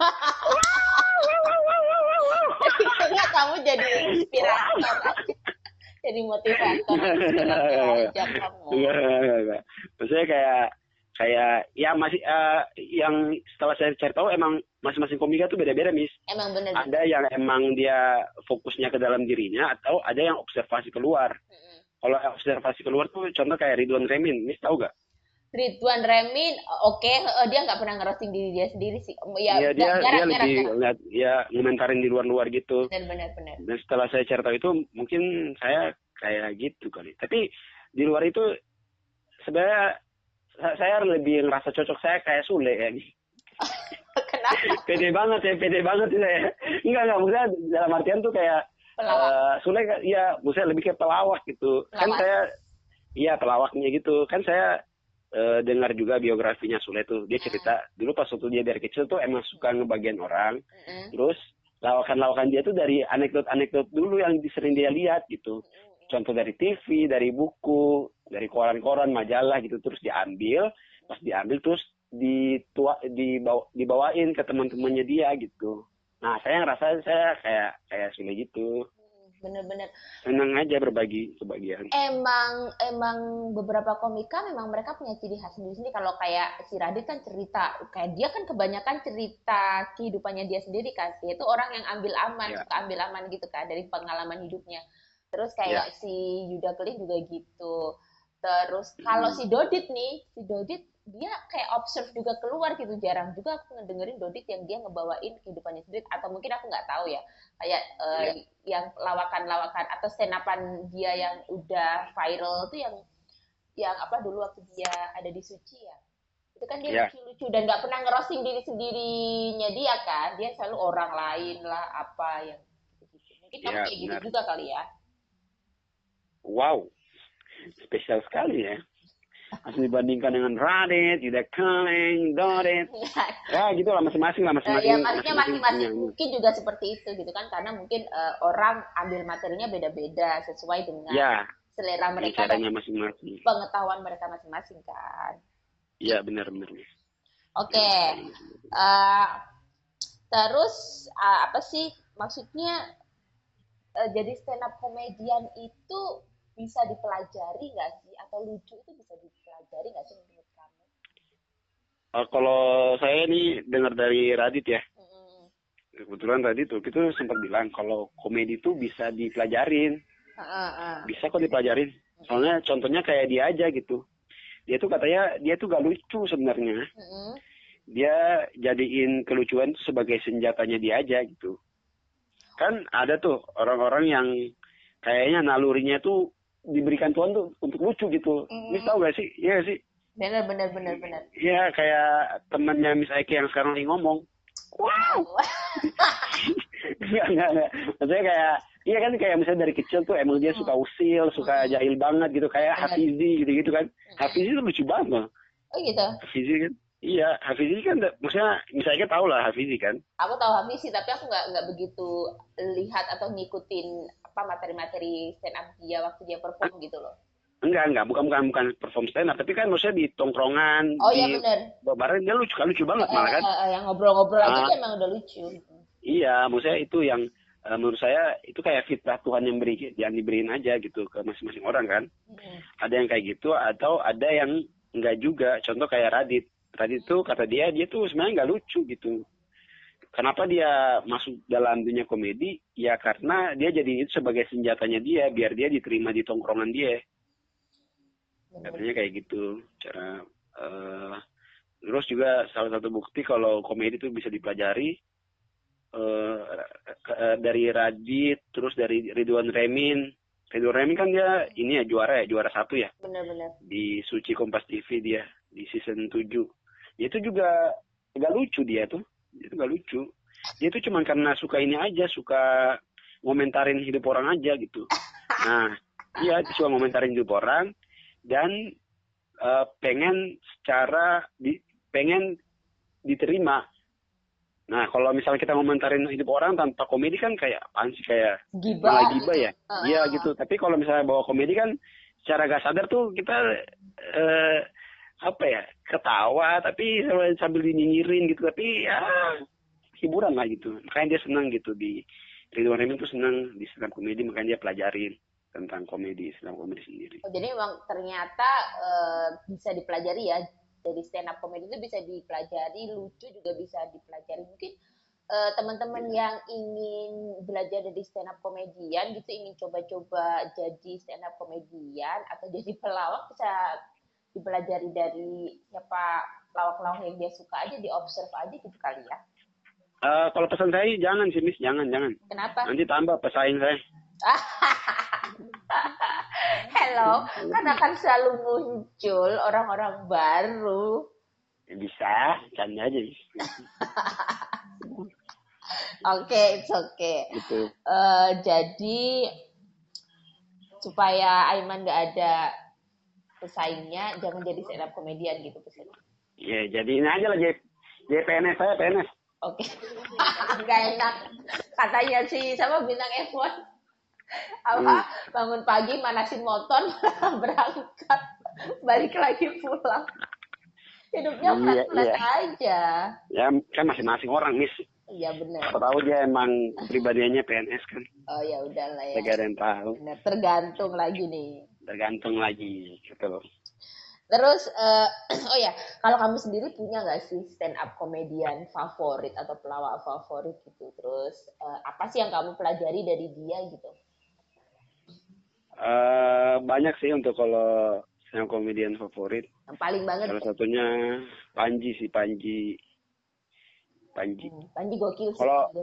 Kayaknya kamu jadi inspirator, jadi motivator, inspirator aja kamu. Enggak, enggak, enggak. Maksudnya kayak kayak ya masih eh, yang setelah saya cari tahu emang masing-masing komika tuh beda-beda, Miss. Emang bener. Ada yang emang dia fokusnya ke dalam dirinya atau ada yang observasi keluar. Mm-mm. Kalau observasi keluar tuh contoh kayak Ridwan Remin, Miss tahu gak? Ridwan Remin, oke, eh, dia nggak pernah ngerosting diri dia sendiri sih. Ya, Iya, dia dia jarang, lebih jarang, jarang. lihat ya ngomentarin di luar-luar gitu. Benar, benar, benar. Dan setelah saya cari tahu itu mungkin saya kayak gitu kali. Tapi di luar itu sebenarnya sa- saya lebih ngerasa cocok saya kayak Sule ya. Kenapa? Pede banget ya, pede banget sih saya. Enggak, enggak, maksudnya dalam artian tuh kayak Pelawak. eh, Sule ya, maksudnya lebih kayak pelawak gitu. Kan Pelawak. saya iya pelawaknya gitu. Kan saya eh, dengar juga biografinya Sule tuh. Dia cerita dulu pas waktu dia dari kecil tuh emang suka ngebagian orang. Mm-mm. Terus lawakan-lawakan dia tuh dari anekdot-anekdot dulu yang sering dia lihat gitu. Contoh dari T V, dari buku, dari koran-koran, majalah gitu. Terus diambil, pas diambil terus ditua, dibawa, dibawain ke teman-temannya dia gitu. Nah, saya ngerasa saya kayak kayak Sule gitu. Bener-bener. Senang aja berbagi kebahagiaan. Emang emang beberapa komika memang mereka punya ciri khas sendiri-sendiri. Kalau kayak si Radit kan cerita, kayak dia kan kebanyakan cerita kehidupannya dia sendiri kan. Dia itu orang yang ambil aman, Ya. suka ambil aman gitu kan dari pengalaman hidupnya. Terus Ya. kayak si Yuda Keling juga gitu. Terus kalau Hmm. si Dodit nih, si Dodit dia kayak observe juga keluar gitu. Jarang juga aku ngedengerin Dodit yang dia ngebawain kehidupannya sendiri. Atau mungkin aku nggak tahu ya. Kayak eh, Ya. yang lawakan-lawakan atau stand up-an dia yang udah viral tuh yang yang apa dulu waktu dia ada di Suci ya. Itu kan dia Ya. lucu-lucu dan nggak pernah ngerosting diri sendirinya dia kan. Dia selalu orang lain lah apa yang gitu-gitu. Mungkin kamu Ya, kayak gitu benar. juga kali ya. Wow, spesial sekali ya. Asli dibandingkan dengan Radit, Yuda Keling, Dodit. Ya gitu lah masing-masing lah Eh, masing-masing. ya maksudnya masing-masing punya- mungkin juga seperti itu gitu kan karena mungkin eh, orang ambil materinya beda-beda sesuai dengan Ya, selera ini mereka dan caranya masing-masing. pengetahuan mereka masing-masing kan. Iya benar-benar. Oke. Eh, terus eh, apa sih maksudnya eh, jadi stand up komedian itu bisa dipelajari nggak sih atau lucu itu bisa dipelajari nggak sih menurut kamu? Uh, kalau saya ini dengar dari Radit ya, Mm-mm. kebetulan Radit tuh itu sempat bilang kalau komedi itu bisa dipelajarin, Ah, ah, ah. bisa kok dipelajarin. Soalnya contohnya kayak dia aja gitu. Dia tuh katanya dia tuh gak lucu sebenarnya. Mm-mm. Dia jadiin kelucuan itu sebagai senjatanya dia aja gitu. Kan ada tuh orang-orang yang kayaknya nalurinya tuh diberikan Tuhan tuh untuk lucu gitu. Mm. Miss tahu gak sih? Iya gak sih? Benar benar benar benar. Iya kayak temannya Miss Aike yang sekarang lagi ngomong. Wow. Enggak, enggak, enggak. Maksudnya kayak, iya kan kayak misalnya dari kecil tuh emang dia suka usil, suka jahil banget gitu. Kayak Benar. Hafizi gitu-gitu kan. Hafizi tuh lucu banget loh. Oh gitu. Hafizi kan. Iya, Hafizi kan maksudnya misalnya tahu lah Hafizi kan. Aku tahu Hafiz sih tapi aku nggak nggak begitu lihat atau ngikutin apa materi-materi stand up dia waktu dia perform gitu loh. Enggak, enggak, bukan bukan bukan perform stand up, tapi kan maksudnya di tongkrongan, Oh di iya benar. bareng dia lucu kan lucu banget Eh, malah kan. eh, eh, yang ngobrol-ngobrol aja Ah. tuh emang udah lucu. Iya, maksudnya itu yang eh, menurut saya itu kayak fitrah Tuhan yang beri yang diberiin aja gitu ke masing-masing orang kan. Mm. Ada yang kayak gitu atau ada yang enggak juga. Contoh kayak Radit. Radit itu kata dia dia tuh sebenarnya nggak lucu gitu. Kenapa dia masuk dalam dunia komedi? Ya karena dia jadi itu sebagai senjatanya dia biar dia diterima di tongkrongan dia. Katanya kayak gitu cara. Uh, terus juga salah satu bukti kalau komedi itu bisa dipelajari uh, dari Radit, terus dari Ridwan Remin. Ridwan Remin kan dia ini ya juara ya juara satu ya. Benar-benar. Di Suci Kompas T V dia di season tujuh. Dia itu juga nggak lucu dia tuh. Dia itu nggak lucu. Dia itu cuma karena suka ini aja, suka ngomentarin hidup orang aja gitu. Nah, iya cuma ngomentarin hidup orang dan uh, pengen secara di, pengen diterima. Nah, kalau misalnya kita ngomentarin hidup orang tanpa komedi kan kayak apaan sih kayak malah giba ya. Iya uh. gitu. Tapi kalau misalnya bawa komedi kan secara gak sadar tuh kita uh, apa ya ketawa tapi sambil dinyinyirin gitu tapi ya hiburan lah gitu makanya dia senang gitu di Ridwan Remin tuh senang di stand up komedi makanya dia pelajarin tentang komedi stand up komedi sendiri. Oh, jadi memang ternyata e, bisa dipelajari ya dari stand up komedi itu bisa dipelajari lucu juga bisa dipelajari mungkin e, teman-teman yeah. yang ingin belajar dari stand up komedian gitu ingin coba-coba jadi stand up komedian atau jadi pelawak bisa dipelajari dari siapa lawak-lawak yang dia suka aja, diobserv aja gitu kali ya. Uh, kalau pesan saya jangan sih Miss, jangan, jangan. Kenapa? Nanti tambah pesaing saya. Hello, kan akan selalu muncul orang-orang baru. Ya, bisa, canda aja. Oke, okay, it's okay. Gitu. Uh, jadi supaya Aiman gak ada pesaingnya, jangan jadi stand up komedian gitu pesannya. Iya, jadi ini aja lah J P N S saya P N S. Oke, okay. Gak enak. Katanya si sama bintang F satu apa hmm. bangun pagi manasin motor berangkat balik lagi pulang. Hidupnya flat-flat iya, iya. aja. Ya kan masing-masing orang Miss. Iya benar. Aku tahu dia emang pribadiannya P N S kan. Oh ya udahlah ya. Tidak ada yang tahu. Benar, tergantung lagi nih. Tergantung lagi gitu. Terus uh, oh ya kalau kamu sendiri punya nggak sih stand up komedian favorit atau pelawak favorit gitu? Terus uh, apa sih yang kamu pelajari dari dia gitu? Uh, banyak sih untuk kalau stand up komedian favorit. Yang paling banget. Salah satunya Panji sih Panji. Panji. Hmm, Panji gokil sih. Kalau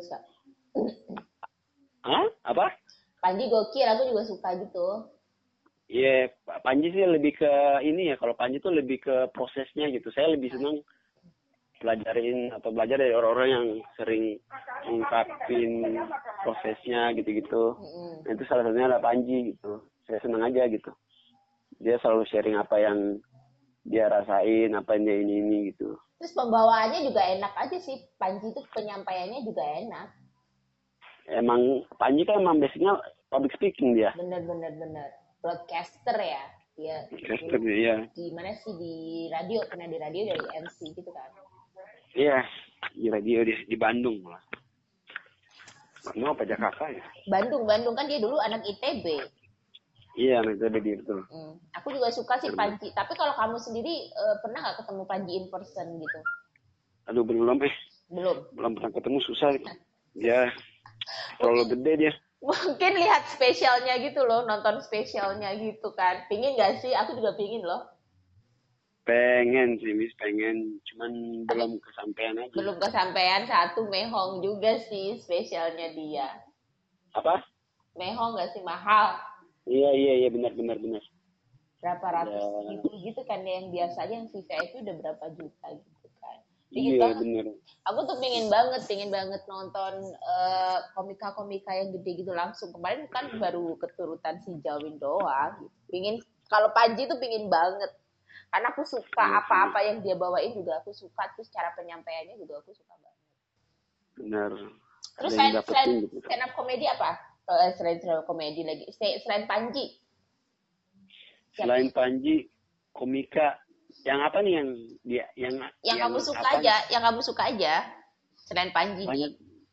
Hah? Apa? Panji gokil, aku juga suka gitu. Iya, yeah, Panji sih lebih ke ini ya. Kalau Panji tuh lebih ke prosesnya gitu. Saya lebih senang pelajarin atau belajar dari orang-orang yang sering mengungkapin prosesnya gitu-gitu. Mm-hmm. Nah, itu salah satunya adalah Panji gitu. Saya senang aja gitu. Dia selalu sharing apa yang dia rasain, apa yang dia ini ini gitu. Terus pembawaannya juga enak aja sih. Panji tuh penyampaiannya juga enak. Emang Panji kan emang basicnya public speaking dia. Bener bener bener. Broadcaster ya. Dia Broadcaster di, ya. Di mana sih di radio, pernah di radio dari M C gitu kan. Iya, di radio di, di Bandung lah. Bandung apa Jakarta ya? Bandung, Bandung kan dia dulu anak I T B. Iya, anak I T B dia betul. Hmm. Aku juga suka sih Panji. Tapi kalau kamu sendiri uh, pernah nggak ketemu Panji in person gitu? Aduh belum eh. Belum. Belum pernah ketemu susah. Dia terlalu gede dia. Mungkin lihat spesialnya gitu loh, nonton spesialnya gitu kan. Pingin gak sih? Aku juga pingin loh. Pengen sih, Miss, pengen. Cuman belum kesampaian aja. Belum kesampaian, satu mehong juga sih spesialnya dia. Apa? Mehong gak sih? Mahal. Iya, iya, iya, benar, benar, benar. Berapa ratus ya. Gitu, gitu kan. Yang biasanya yang V V I P itu udah berapa juta gitu kan. Iya benar. Aku tuh pengen banget, pengen banget nonton uh, komika-komika yang gede gitu langsung. Kemarin kan baru keturutan si Jawin doang. Gitu. Pengen kalau Panji tuh pengen banget. Karena aku suka ya, apa-apa yang dia bawain juga aku suka. Terus cara penyampaiannya juga aku suka banget. Benar. Terus selain, selain gitu. Stand up komedi apa? Uh, selain stand up komedi lagi. Selain Panji. Siapa? Selain Panji, komika. Yang apa nih yang dia yang yang, yang kamu suka aja, nih? Yang kamu suka aja selain Panji. Banyak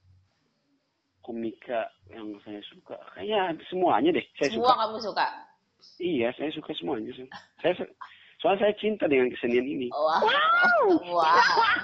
komika yang saya suka. Kayaknya semuanya deh. Saya Semua suka. Kamu suka? Iya, saya suka semuanya. Saya Soalnya saya cinta dengan kesenian ini. Wow. Wow.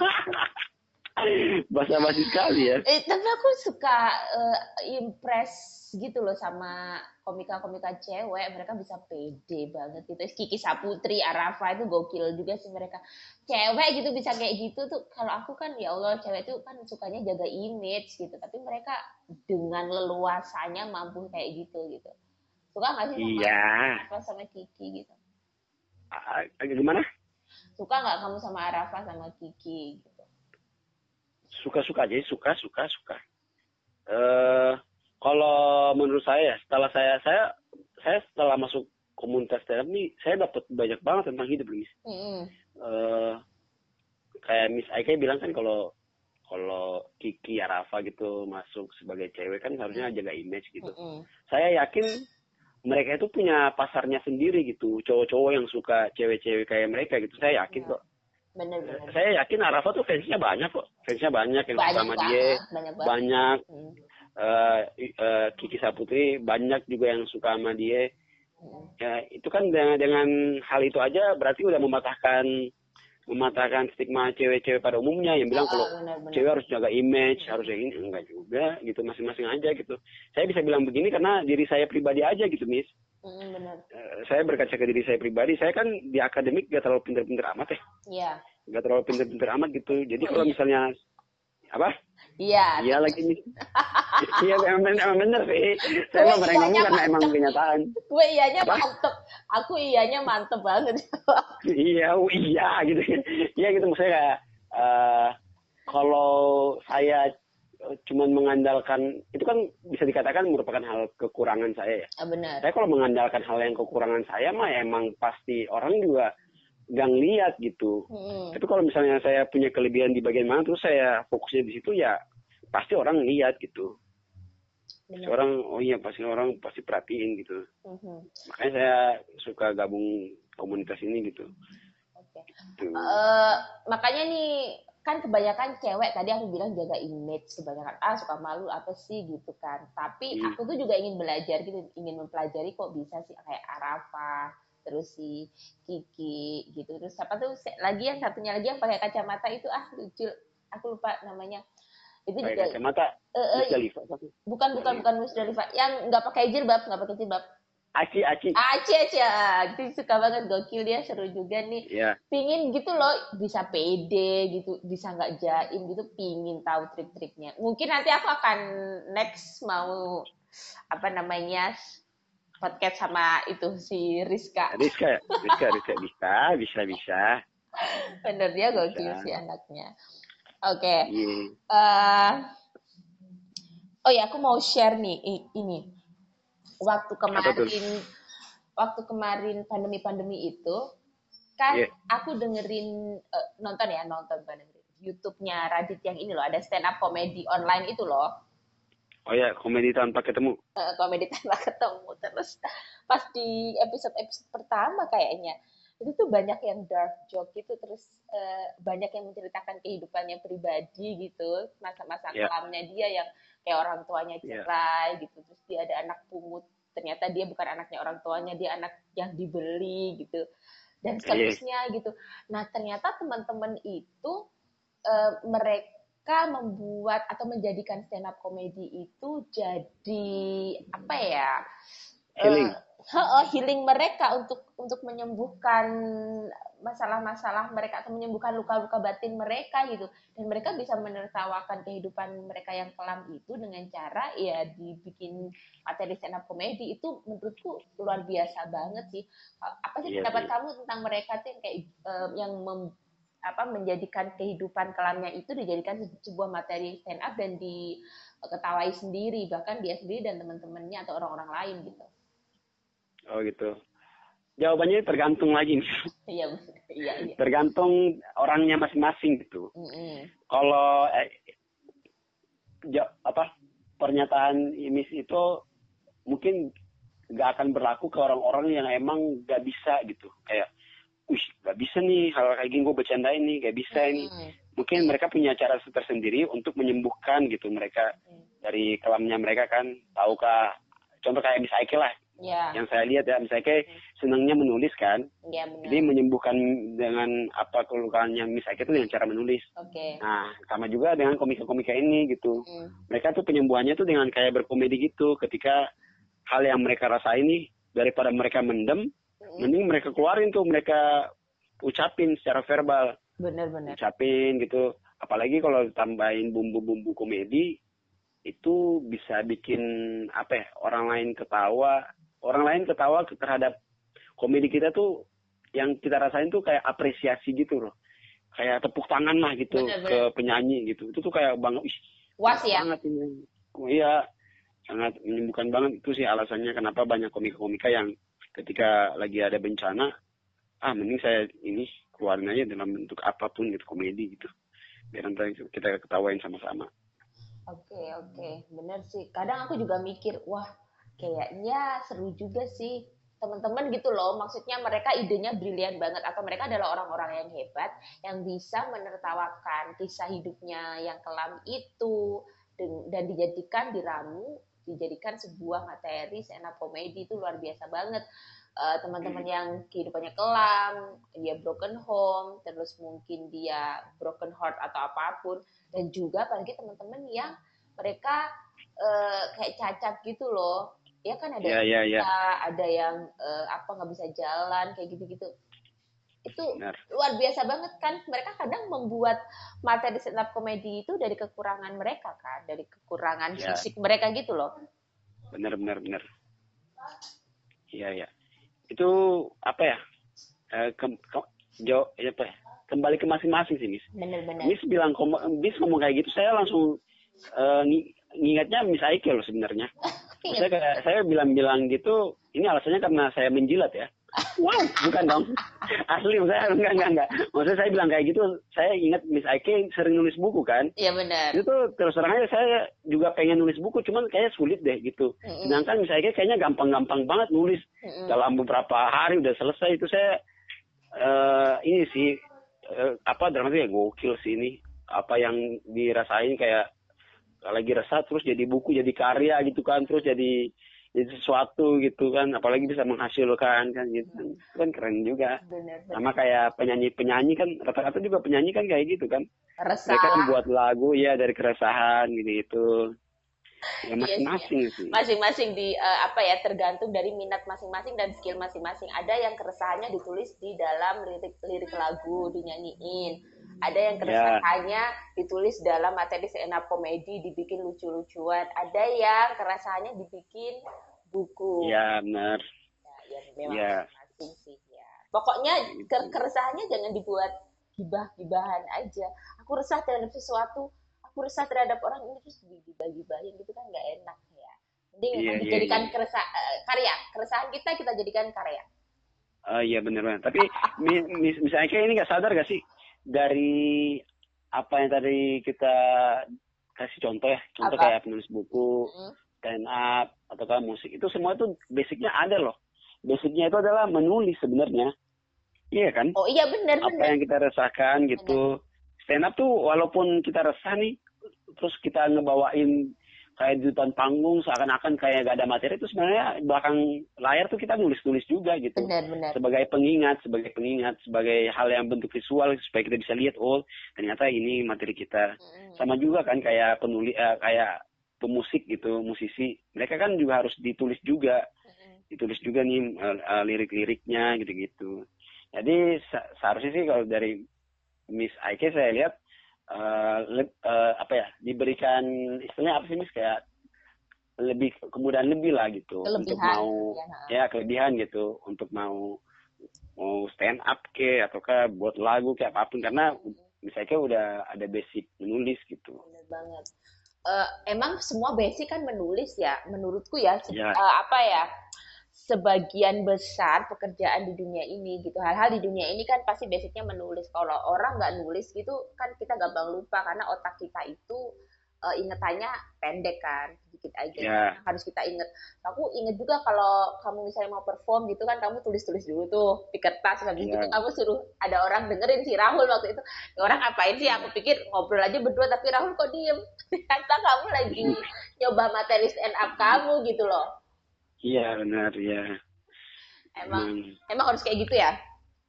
Basa-basi sekali ya. Eh, tapi aku suka uh, impress gitu loh sama komika-komika cewek. Mereka bisa pede banget gitu. Kiki Saputri, Arafa itu gokil juga sih mereka. Cewek gitu bisa kayak gitu tuh. Kalau aku kan ya Allah, cewek tuh kan sukanya jaga image gitu. Tapi mereka dengan leluasanya mampu kayak gitu gitu. Suka nggak sih sama Iya. Arafa sama Kiki gitu? Agak gimana? Suka nggak kamu sama Arafa sama Kiki gitu? Suka-suka aja, suka, suka, suka. Uh, kalau menurut saya, setelah saya, saya, saya setelah masuk komunitas stand up nih, saya dapat banyak banget tentang hidup, Miss. Mm-hmm. Uh, kayak Miss Aike bilang kan kalau kalau Kiki Arafa gitu masuk sebagai cewek kan harusnya mm-hmm. jaga image gitu. Mm-hmm. Saya yakin mereka itu punya pasarnya sendiri gitu, cowok-cowok yang suka cewek-cewek kayak mereka gitu. Saya yakin yeah. kok. Bener, bener. Saya yakin Arafa tuh fansnya banyak kok. Fansnya banyak yang banyak suka sama banget, dia. Banyak. banyak. Hmm. Uh, uh, Kiki Saputri banyak juga yang suka sama dia. Hmm. Ya, itu kan dengan, dengan hal itu aja berarti udah mematahkan mematahkan stigma cewek-cewek pada umumnya yang bilang oh, kalau bener, bener. cewek harus jaga image, hmm. harus yang ini. Enggak juga gitu, masing-masing aja gitu. Saya bisa bilang begini karena diri saya pribadi aja gitu, Miss. Mm, benar. Uh, saya berkaca ke diri saya pribadi. Saya kan di akademik gak terlalu pinter-pinter amat ya. Iya. Gak terlalu pinter-pinter amat gitu. Jadi oh, kalau iya. misalnya apa? Iya. Iya lagi nih. Iya emang, emang bener sih. Saya mau merengong karena mantep. Emang kenyataan. Gue iyanya apa? Mantep. Aku iyanya mantep banget. Iya, oh, iya gitu. Iya gitu maksudnya kayak uh, kalau saya cuman mengandalkan itu kan bisa dikatakan merupakan hal kekurangan saya ya. Ah, benar. Saya kalau mengandalkan hal yang kekurangan saya mah emang pasti orang juga gak ngeliat gitu. Hmm. Tapi kalau misalnya saya punya kelebihan di bagian mana terus saya fokusnya di situ ya pasti orang ngeliat gitu. Pasti orang oh iya pasti orang pasti perhatiin gitu. Hmm. Makanya saya suka gabung komunitas ini gitu. Oke. Okay. Uh, makanya nih kan kebanyakan cewek tadi aku bilang jaga image, kebanyakan ah suka malu apa sih gitu kan. Tapi hmm. aku tuh juga ingin belajar gitu, ingin mempelajari kok bisa sih kayak Arafa, terus si Kiki gitu. Terus siapa tuh lagi yang satunya lagi yang pakai kacamata itu ah lucu, aku lupa namanya. Itu pakai juga kacamata. Uh, uh, bukan bukan bukan Musdalifah, yang nggak pakai jilbab, nggak pakai jilbab. Aci, Aci. Aci, Aci. Itu suka banget, gokil dia, seru juga nih. Yeah. Pingin gitu loh, bisa pede gitu, bisa nggak jaim gitu, pingin tahu trik-triknya. Mungkin nanti aku akan next mau, apa namanya, podcast sama itu, si Rizka. Rizka, Rizka, Rizka, bisa, bisa, bisa. Bener, dia gokil si anaknya. Oke. Okay. Yeah. Uh, oh ya, aku mau share nih, ini. Waktu kemarin waktu kemarin pandemi-pandemi itu kan yeah. aku dengerin uh, nonton ya nonton bukan dengerin YouTube-nya Radit yang ini loh, ada stand up komedi online itu loh. Oh ya, komedi tanpa ketemu. Uh, komedi tanpa ketemu. Terus pas di episode-episode pertama kayaknya itu tuh banyak yang dark joke gitu, terus uh, banyak yang menceritakan kehidupannya pribadi gitu, masa-masa yeah. kelamnya dia yang kayak orang tuanya cerai yeah. gitu, terus dia ada anak pungut, ternyata dia bukan anaknya orang tuanya, dia anak yang dibeli gitu, dan seterusnya yeah. gitu. Nah ternyata teman-teman itu uh, mereka membuat atau menjadikan stand up comedy itu jadi apa ya? Healing. Uh, healing mereka untuk untuk menyembuhkan masalah-masalah mereka atau menyembuhkan luka-luka batin mereka gitu, dan mereka bisa menertawakan kehidupan mereka yang kelam itu dengan cara ya dibikin materi stand up comedy. Itu menurutku luar biasa banget sih. Apa sih iya, pendapat iya. kamu tentang mereka tuh yang kayak uh, yang mem, apa menjadikan kehidupan kelamnya itu dijadikan sebuah materi stand up dan diketawai sendiri, bahkan dia sendiri dan teman-temannya atau orang-orang lain gitu. Oh gitu. Jawabannya tergantung lagi nih. Iya, iya, iya. Tergantung orangnya masing-masing gitu. Mm-hmm. Kalau eh, ja, apa pernyataan Imis itu mungkin nggak akan berlaku ke orang-orang yang emang nggak bisa gitu. Kayak, wih nggak bisa nih hal kayak gini gue bercandain nih, nggak bisa mm-hmm. ini. Mungkin mm-hmm. mereka punya cara tersendiri untuk menyembuhkan gitu mereka mm-hmm. dari kelamnya mereka kan. Tahukah? Contoh kayak Miss Aike lah. Ya. Yang saya lihat ya, misalnya kayak senangnya menulis kan. Ya, benar. Jadi menyembuhkan dengan apa keluhannya misalnya itu dengan cara menulis. Oke. Okay. Nah, sama juga dengan komika-komika ini gitu. Mm. Mereka tuh penyembuhannya tuh dengan kayak berkomedi gitu. Ketika hal yang mereka rasain nih, daripada mereka mendem, mm. mending mereka keluarin tuh, mereka ucapin secara verbal. Benar-benar. Ucapin gitu. Apalagi kalau tambahin bumbu-bumbu komedi, itu bisa bikin apa ya, orang lain ketawa. Orang lain ketawa terhadap komedi kita tuh, yang kita rasain tuh kayak apresiasi gitu loh. Kayak tepuk tangan lah gitu. Bener, ke bener. Penyanyi gitu. Itu tuh kayak banget, ih, was ya? Banget ini. Iya, sangat menyembuhkan banget. Itu sih alasannya kenapa banyak komika-komika yang ketika lagi ada bencana, ah mending saya ini keluarin aja dalam bentuk apapun gitu, komedi gitu. Biar nanti kita ketawain sama-sama. Oke, okay, oke. Okay. Bener sih. Kadang aku juga mikir, wah kayaknya seru juga sih teman-teman gitu loh, maksudnya mereka idenya brilian banget, atau mereka adalah orang-orang yang hebat yang bisa menertawakan kisah hidupnya yang kelam itu dan dijadikan diramu, dijadikan sebuah materi stand up comedy. Itu luar biasa banget. Uh, teman-teman yang kehidupannya kelam, dia broken home, terus mungkin dia broken heart atau apapun, dan juga apalagi teman-teman yang mereka uh, kayak cacat gitu loh. Ya kan ada yeah, yang yeah, yeah. ada yang uh, apa nggak bisa jalan kayak gitu-gitu. Itu Benar. Luar biasa banget kan. Mereka kadang membuat materi stand up comedy itu dari kekurangan mereka kan, dari kekurangan yeah. fisik mereka gitu loh. Benar benar benar. Iya ya. Itu apa ya? Eh, ke, ke, jauh, ya apa ya? Kembali ke masing-masing sih, Miss. Benar-benar. Miss bilang Miss ngomong kayak gitu, saya langsung uh, ngingatnya Miss Aike loh sebenarnya. Saya kayak saya bilang-bilang gitu, ini alasannya karena saya menjilat ya. Wow, bukan dong. Asli, saya enggak enggak enggak. Maksudnya saya bilang kayak gitu, saya ingat Miss Aike sering nulis buku kan. Iya benar. Itu tuh terus terang aja saya juga pengen nulis buku, cuman kayaknya sulit deh gitu. Mm-hmm. Sedangkan Miss Aike kayaknya gampang-gampang banget nulis. Mm-hmm. Dalam beberapa hari udah selesai. Itu saya uh, ini sih uh, apa dramatisnya gokil sih ini. Apa yang dirasain kayak lagi resah terus jadi buku, jadi karya gitu kan, terus jadi jadi sesuatu gitu kan, apalagi bisa menghasilkan kan gitu kan, itu kan keren juga. Bener, bener. Sama kayak penyanyi-penyanyi kan, rata-rata juga penyanyi kan kayak gitu kan. Resah. Mereka kan buat lagu ya dari keresahan gitu. Ya masing-masing yes, sih. Masing-masing di uh, apa ya, tergantung dari minat masing-masing dan skill masing-masing. Ada yang keresahannya ditulis di dalam lirik-lirik lagu, dinyanyiin. Ada yang keresahannya yeah. ditulis dalam materi stand up komedi, dibikin lucu-lucuan. Ada yang keresahannya dibikin buku. Iya, yeah, benar. Ya, ya memang yeah. masing-masing sih ya. Pokoknya keresahannya jangan dibuat gibah-gibahan aja. Aku resah terhadap sesuatu, aku resah terhadap orang ini, terus dibagi-bagiin gitu kan nggak enak ya. Mending yeah, dijadikan yeah, yeah. Keresa, uh, karya. Keresahan kita kita jadikan karya. Oh uh, iya benar-benar. Tapi mis, misalnya kayak ini nggak sadar gak sih? Dari apa yang tadi kita kasih contoh ya, contoh apa? Kayak penulis buku, mm-hmm. stand up, atau kan musik, itu semua itu basicnya ada loh. Basicnya itu adalah menulis sebenarnya, iya kan? Oh iya benar. Apa bener. yang kita rasakan gitu. Bener. Stand up tuh walaupun kita resah nih, terus kita ngebawain kayak di depan panggung seakan-akan kayak gak ada materi, itu sebenarnya belakang layar tuh kita nulis-nulis juga gitu. Benar, benar. Sebagai pengingat, sebagai pengingat, sebagai hal yang bentuk visual supaya kita bisa lihat, oh ternyata ini materi kita. Hmm. Sama juga kan kayak penulis, eh, kayak pemusik gitu, musisi, mereka kan juga harus ditulis juga, hmm. ditulis juga nih uh, lirik-liriknya gitu-gitu. Jadi seharusnya sih kalau dari Miss Aike saya lihat, Uh, le, uh, apa ya diberikan istilahnya apa sih Miss, kayak lebih kemudahan lebih lah gitu, kelebihan, untuk mau ya, ya kelebihan gitu untuk mau mau stand up ke ataukah buat lagu kayak apapun, karena hmm. misalnya udah ada basic menulis gitu. Bener banget. Uh, emang semua basic kan menulis ya, menurutku ya, ya. Uh, apa ya sebagian besar pekerjaan di dunia ini gitu, hal-hal di dunia ini kan pasti basicnya menulis. Kalau orang nggak nulis gitu kan kita gampang lupa, karena otak kita itu uh, ingetannya pendek kan, sedikit aja yeah. harus kita inget. Aku inget juga kalau kamu misalnya mau perform gitu kan, kamu tulis-tulis dulu tuh di kertas, habis yeah. itu kamu suruh ada orang dengerin. Si Rahul waktu itu, orang ngapain sih, aku pikir ngobrol aja berdua, tapi Rahul kok diem, ternyata kamu lagi nyoba materi stand up kamu gitu loh. Iya benar ya. Emang hmm. emang harus kayak gitu ya?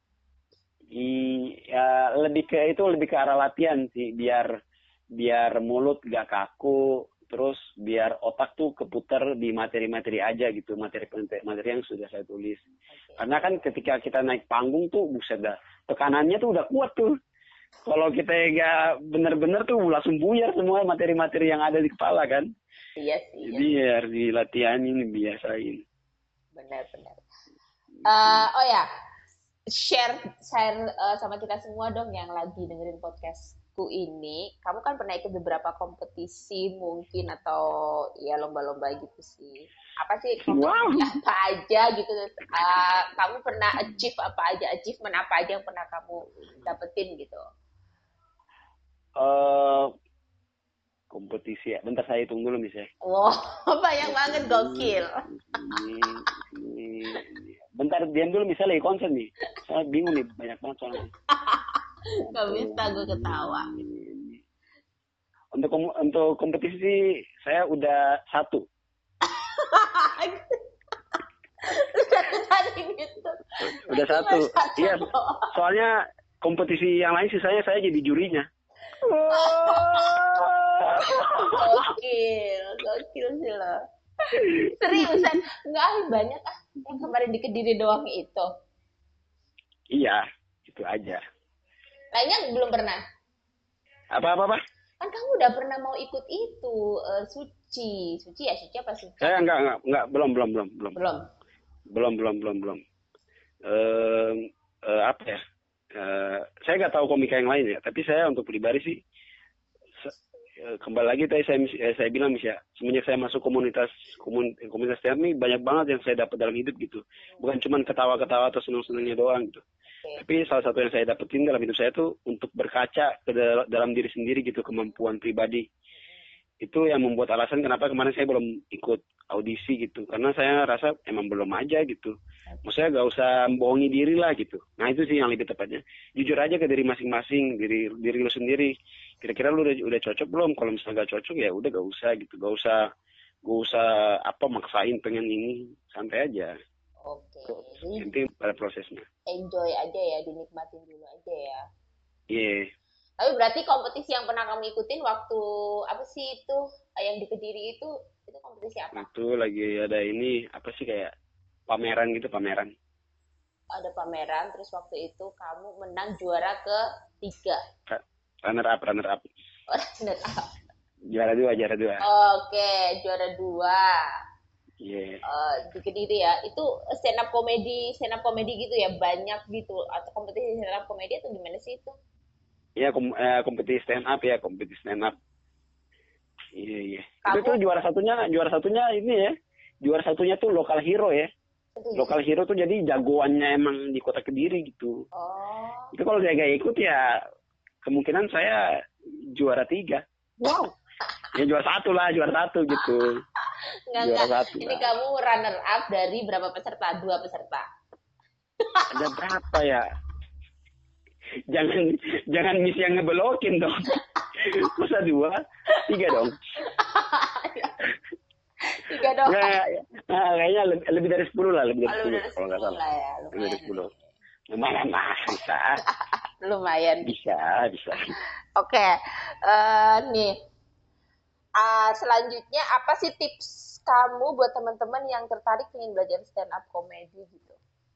Iya, lebih ke itu lebih ke arah latihan sih, biar biar mulut gak kaku, terus biar otak tuh keputar di materi-materi aja gitu, materi materi yang sudah saya tulis. Okay. Karena kan ketika kita naik panggung tuh buset dah, tekanannya tuh udah kuat tuh. Kalau kita nggak bener-bener tuh langsung buyar semua materi-materi yang ada di kepala kan. Iya sih. Jadi ya harus dilatihanin, dibiasain. Benar-benar. Uh, oh ya, share share uh, sama kita semua dong yang lagi dengerin podcastku ini. Kamu kan pernah ikut beberapa kompetisi mungkin atau ya lomba-lomba gitu sih. Apa sih kompetisi wow. apa aja gitu? Uh, kamu pernah achieve apa aja? Achievement apa aja yang pernah kamu dapetin gitu? Uh, kompetisi ya. Bentar saya hitung dulu misalnya. Wow, banyak banget gokil. Ini, ini, ini. Bentar diam dulu misalnya lagi konser nih. Saya bingung nih banyak banget soalnya. Gak bisa gue ketawa. Untuk untuk kompetisi saya udah satu. Udah satu. Iya. Soalnya kompetisi yang lain sih saya saya jadi jurinya. Gokil, gokil sih lo. Seriusan, nggak banyak ah yang kemarin di Kediri doang itu. Iya, itu aja. Lainnya belum pernah. Apa apa apa? Kan kamu udah pernah mau ikut itu uh, suci, suci ya suci apa suci? Saya enggak enggak enggak belum belum belum belum. Belum. Belum belum belum belum. Uh, uh, apa ya? Uh, saya nggak tahu komika yang lain ya, tapi saya untuk pribadi sih se- kembali lagi tadi saya saya bilang ya, semenjak saya masuk komunitas komun, komunitas stand up ini banyak banget yang saya dapat dalam hidup gitu, bukan cuma ketawa-ketawa atau senang-senangnya doang gitu, okay. Tapi salah satu yang saya dapetin dalam hidup saya tuh untuk berkaca ke dal- dalam diri sendiri gitu, kemampuan pribadi itu yang membuat alasan kenapa kemarin saya belum ikut audisi gitu, karena saya rasa emang belum aja gitu. Maksudnya gak usah membohongi diri lah gitu. Nah itu sih yang lebih tepatnya. Jujur aja ke diri masing-masing, diri diri lu sendiri. Kira-kira lu udah udah cocok belum? Kalau misalnya gak cocok ya udah gak usah gitu. Gak usah gak usah apa maksain pengen ini, santai aja. Oke. Nanti pada prosesnya. Enjoy aja ya, dinikmatin dulu aja ya. Iya. Yeah. Tapi berarti kompetisi yang pernah kamu ikutin waktu apa sih itu yang di Kediri itu itu kompetisi apa? Itu lagi ada ini apa sih kayak pameran gitu, pameran. Ada pameran, terus waktu itu kamu menang juara ketiga. Runner up, runner up. Oh, runner up. Juara dua, juara dua. Oke, juara dua. Iya. Yeah. Uh, di Kediri ya. Itu stand up komedi, stand up komedi gitu ya, banyak gitu atau kompetisi stand up komedi atau gimana sih itu? Iya, kom- eh, kompetisi stand up ya, kompetisi stand up. Iya, iya. Kamu... Itu tuh juara satunya, juara satunya ini ya. Juara satunya tuh lokal hero ya. Lokal hero tuh jadi jagoannya emang di Kota Kediri gitu. Oh. Itu kalau saya gak ikut ya kemungkinan saya juara tiga. Wow. Ya juara satu lah, juara satu gitu. Enggak, juara enggak. Satu ini lah. Kamu runner up dari berapa peserta? Dua peserta. Ada berapa ya? Jangan jangan miss yang ngebelokin dong. Masa dua? Tiga dong. Tiga dong. Nah, nah, kayaknya lebih, lebih dari sepuluh lah, lebih dari sepuluh kalau nggak salah. Ya, lebih dari sepuluh. Lumayan lah, bisa. Lumayan. Bisa, bisa. Oke, okay. uh, nih. Uh, selanjutnya apa sih tips kamu buat teman-teman yang tertarik ingin belajar stand up comedy gitu?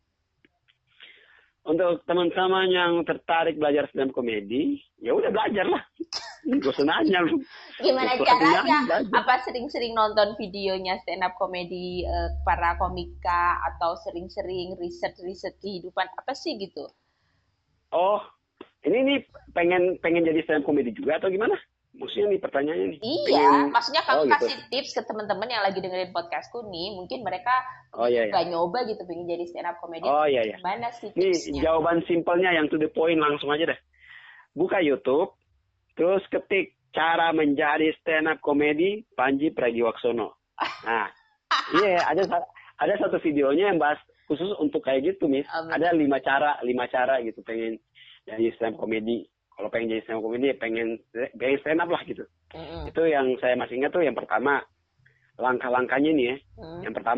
Untuk teman-teman yang tertarik belajar stand up comedy, ya udah belajar lah. Gak usah nanya lu. Gimana caranya? Apa sering-sering nonton videonya stand up comedy uh, para komika atau sering-sering riset-riset kehidupan apa sih gitu? Oh, ini nih pengen pengen jadi stand up comedy juga atau gimana? Maksudnya nih pertanyaannya nih. Iya, pengen... maksudnya kamu oh, kasih gitu. Tips ke teman-teman yang lagi dengerin podcastku nih, mungkin mereka oh, iya, gak iya. nyoba gitu pengen jadi stand up comedy. Oh iya iya. Gimana sih tipsnya? Ini jawaban simpelnya yang to the point langsung aja deh. Buka YouTube, terus ketik cara menjadi stand up comedy Panji Pragiwaksono. Nah, iya yeah, ada ada satu videonya yang bahas khusus untuk kayak gitu, Miss. Oh, ada lima cara, lima cara gitu pengen jadi stand up comedy. Kalau pengen jadi stand up comedy, pengen pengen stand up lah gitu. Mm-hmm. Itu yang saya masih ingat tuh yang pertama langkah-langkahnya nih ya. Mm. Yang pertama